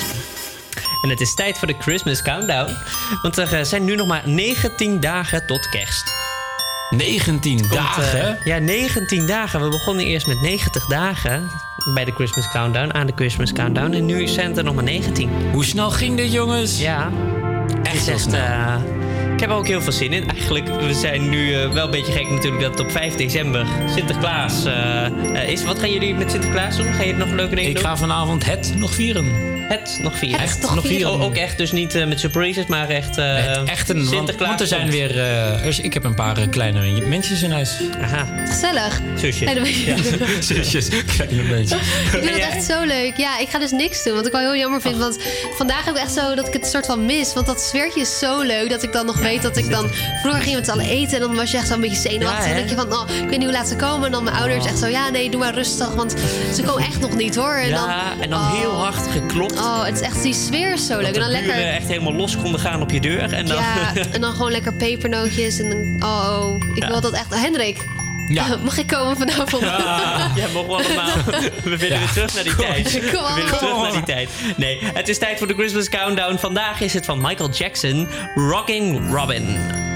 En het is tijd voor de Christmas Countdown. Want er zijn nu nog maar negentien dagen tot kerst. negentien Komt, dagen? Uh, ja, negentien dagen. We begonnen eerst met negentig dagen bij de Christmas Countdown, aan de Christmas Countdown. En nu zijn het er nog maar negentien. Hoe snel ging dit, jongens? Ja. Echt heel snel. Uh, ik heb er ook heel veel zin in. Eigenlijk, we zijn nu uh, wel een beetje gek natuurlijk dat het op vijf december Sinterklaas uh, uh, is. Wat gaan jullie met Sinterklaas doen? Ga je nog leuke dingen ik doen? Ik ga vanavond het nog vieren. Het nog vieren. Het echt nog vieren. O, ook echt, dus niet uh, met surprises, maar echt uh, het echt een Sinterklaas. Want, want er zijn weer... Uh, er, ik heb een paar uh, kleine mensjes in huis. Aha. Gezellig. Zusjes. Nee, dat weet ja. Zusjes, kleine mensjes. Ik vind het echt zo leuk. Ja, ik ga dus niks doen, wat ik wel heel jammer vind. Want vandaag heb ik echt zo dat ik het soort van mis. Want dat sfeertje is zo leuk dat ik dan nog mee weet dat ik dan... Vroeger ging we met z'n allen eten en dan was je echt zo'n beetje zenuwachtig. Ja, en dan denk je van, oh, ik weet niet hoe laat ze komen. En dan mijn ouders echt zo, ja, nee, doe maar rustig. Want ze komen echt nog niet, hoor. En ja, dan, en dan oh, heel hard geklopt. Oh, het is echt, die sfeer is zo leuk. Dat En dan de buren lekker... echt helemaal los konden gaan op je deur. En dan... Ja, en dan gewoon lekker pepernootjes. En dan, oh, ik Ja. wil dat echt... Hendrik, Ja. mag ik komen vanavond? Ja, ja mogen we allemaal. We willen Ja. weer terug naar die tijd. Kom We willen allemaal. terug naar die tijd. Nee, het is tijd voor de Christmas Countdown. Vandaag is het van Michael Jackson, Rocking Robin.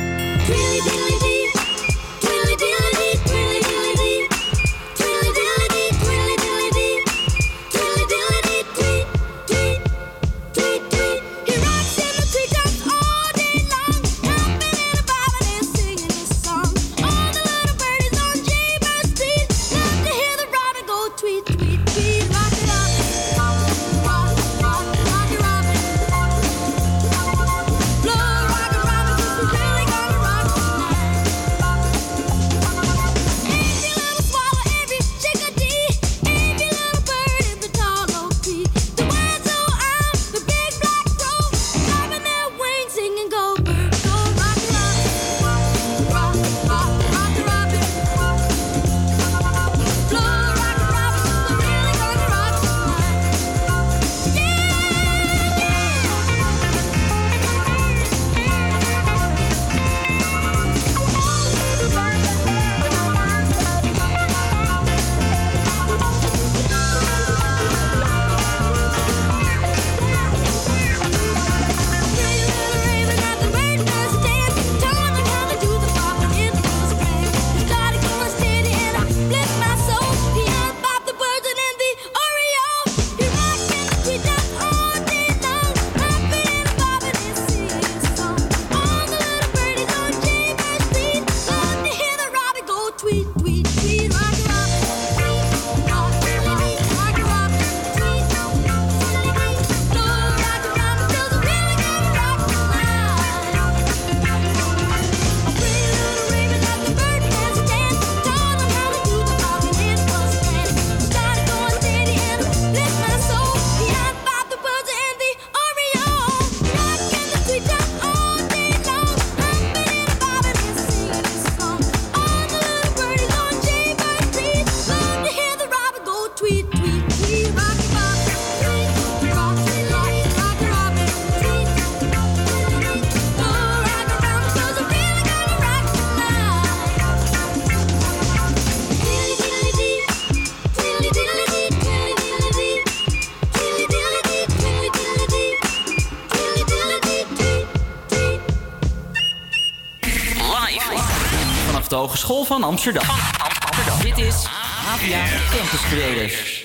De Hogeschool van Amsterdam. Amsterdam. Dit is Havia Campus Creators.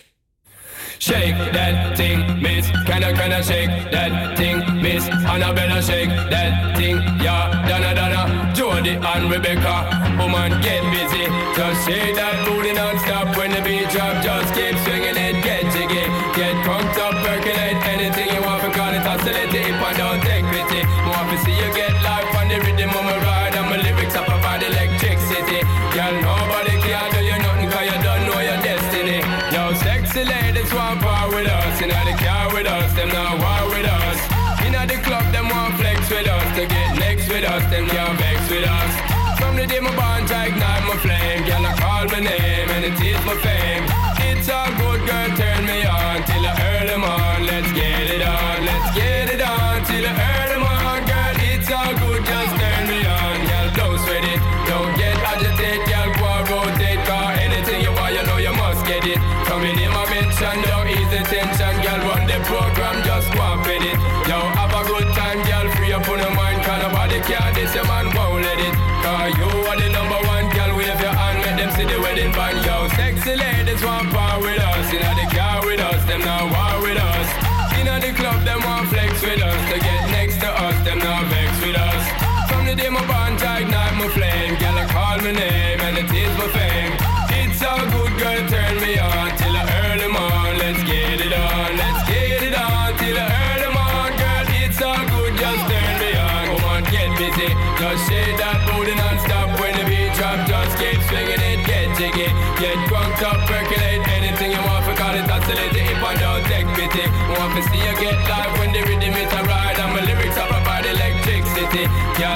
Shake that thing, miss. Can I, can I shake that thing, miss? Annabella, shake that thing, yeah. Donna, Donna, Jody and Rebecca. Woman, get busy. Just shake that booty non-stop. When the beat drop, just keep swinging it. Get jiggy, get crunked up, percolate. Anything you want, because it's oscillate. If I don't take pity, more to see you get life on the rhythm of my ride. And my lyrics up about electricity. Girl, nobody can do you nothing, cause you don't know your destiny. Yo, sexy ladies want part with us. Inna the car with us, them not war with us. Inna the club, them want flex with us. To get next with us, them can't vex with us. From the day my bond, I ignite my flame. Girl, I call my name and it is my fame. It's all good, girl, turn me on till I earn them on. Let's get it on, let's get it on till I earn them on. Girl, it's all good, just turn me on. Girl, don't sweat it, don't get agitated. Girl, go and rotate, cause anything you want, you know you must get it. Coming in my mention, don't ease the tension. Girl, run the program, just go and fit it. Yo, have a good time, girl, free up on your mind. Cause nobody care, this your man won't let it. Cause you are the number one, girl, wave your hand, make them see the wedding band. Yo, sexy ladies want part with us. Inna the car with us, them not war with us. Inna the club, them want flex with us. To get next to us, them not vex with us. From the day my bond, I ignite my flame. Girl, I call my name and it is my fame. It's all good, girl, turn me on till I earn them on. Let's get it on, let's get it on till I earn them on. Girl, it's all good, just turn me on. Come on, get busy, just shake that booty non-stop. When the beat drop, just keep swinging it, get jiggy. Get crunked up, percolate anything you want, for call it oscillate. If I don't take pity, want to see you get live when the rhythm is a ride. And my lyrics up about electricity. Girl,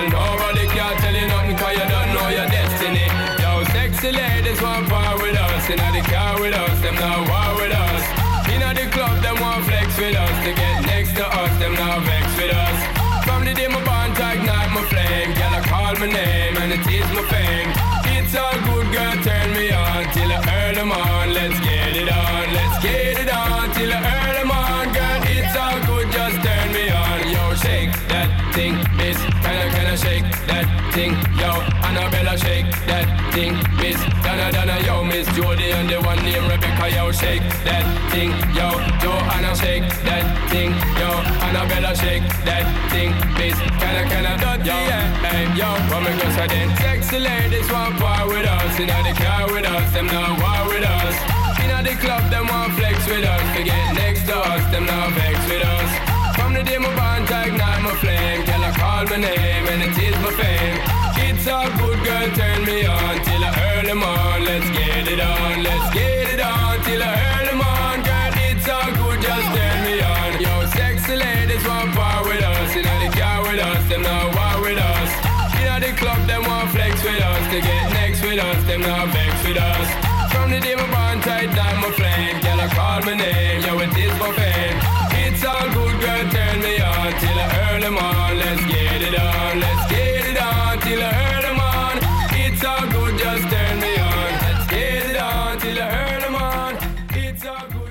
thing, miss. Kinda, kinda shake that thing, yo. Annabella, shake that thing, miss. Donna, Donna, yo, Miss Jody and the one named Rebecca, yo. Shake that thing, yo. Joanna, shake that thing, yo. Annabella, shake that thing, miss. Kinda, kinda, dirty, yeah. Hey, yo, what me go say then? Sexy ladies want part with us, inna the car with us, them not war with us. Inna the club, them want flex with us. They get next to us, them not vex with us. From the day my bond, I ignite my flame. Girl, I call my name and it is my fame. It's all good, girl, turn me on till I early morn. Let's get it on, let's get it on till I early morn. Girl, it's all good, just turn me on. Yo, sexy ladies want part with us. Inna the car with us, them not war with us. Inna the club, them want flex with us. They get next with us, them not vex with us. From the day my bond tight down my flame. Girl, I call my name, yo, it is my fame. It's all good, girl, turn me on till I early morn. Let's get it on, let's get it on till I early morn. It's all good, just turn me on. Let's get it on till I early morn. It's all good.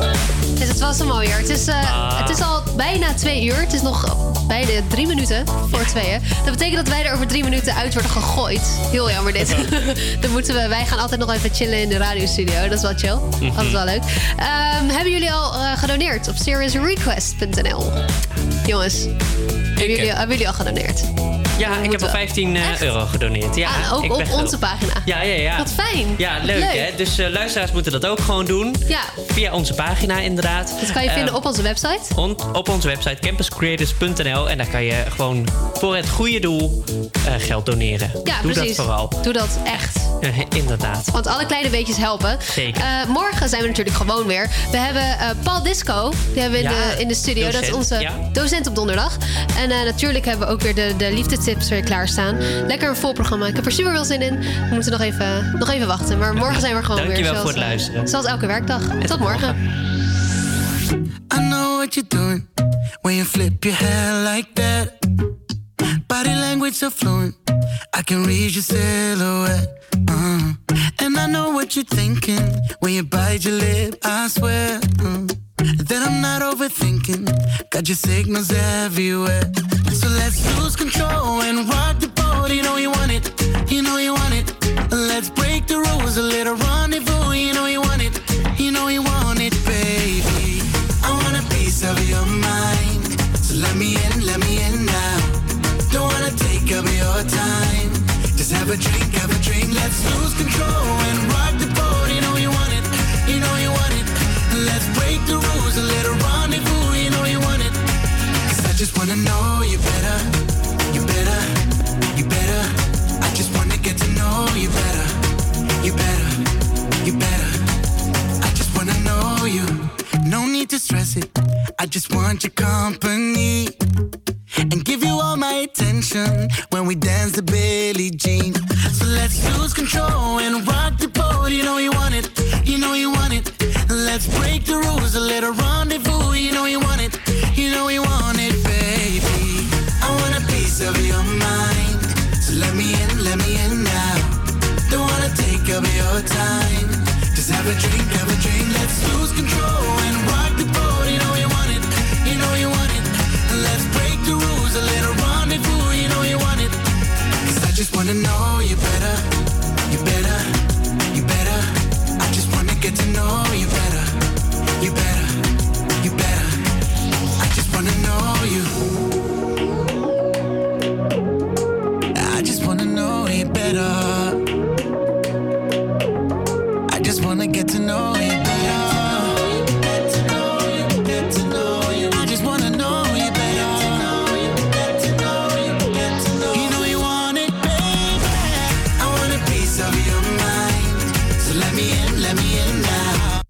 Dus het was hem alweer. Het is, uh, ah. het is al bijna twee uur. Het is nog bijna drie minuten voor tweeën. Dat betekent dat wij er over drie minuten uit worden gegooid. Heel jammer dit. Dan moeten we, wij gaan altijd nog even chillen in de radiostudio. Dat is wel chill. Mm-hmm. Altijd wel leuk. Um, hebben jullie al uh, gedoneerd op serious request punt n l? Jongens, hebben jullie, hebben jullie al gedoneerd? Ja, ik heb al vijftien euro gedoneerd. Ja, ah, ook ik op onze pagina? Ja, ja, ja. Wat fijn. Ja, leuk, leuk. hè? Dus uh, luisteraars moeten dat ook gewoon doen. Ja. Via onze pagina inderdaad. Dat kan je vinden uh, op onze website. On, op onze website campus creators punt n l. En daar kan je gewoon voor het goede doel uh, geld doneren. Ja, Doe precies. dat vooral. Doe dat echt. Uh, inderdaad. Want alle kleine beetjes helpen. Zeker. Uh, morgen zijn we natuurlijk gewoon weer. We hebben uh, Paul Disco. Die hebben we in, ja, de, in de studio. Docent, dat is onze ja. docent op donderdag. En uh, natuurlijk hebben we ook weer de, de liefdetips weer klaarstaan. Lekker een vol programma. Ik heb er super veel zin in. We moeten nog even, nog even wachten. Maar morgen zijn we gewoon Dankjewel weer. Dankjewel voor het luisteren. Zoals elke werkdag. En tot morgen. I know what you're doing when you flip your hair like that. Body language so fluent, I can read your silhouette. Uh. And I know what you're thinking when you bite your lip, I swear. Uh. That I'm not overthinking, got your signals everywhere. So let's lose control and rock the boat. You know you want it, you know you want it. Let's break the rules, a little rendezvous. You know you want it, you know you want it, baby. I want a piece of your mind, so let me in, let me in now. Don't wanna take up your time, just have a drink, have a drink. Let's lose control and rock the boat. You know you want it, you know you want it. Let's break the rules, a little rendezvous. You know you want it, 'cause I just wanna know you better, you better, you better. I just wanna get to know you better, you better, you better. I just wanna know you, no need to stress it. I just want your company and give you all my attention when we dance the Billie Jean. So let's lose control and rock the boat. You know you want it, you know you want it. Let's break the rules, a little rendezvous. You know you want it, you know you want it, baby. I want a piece of your mind, so let me in, let me in now. Don't wanna take up your time, just have a drink, have a drink. Let's lose control and rock the boat. You know you want it, you know you want it. Let's break the rules, a little rendezvous. You know you want it, 'cause I just wanna know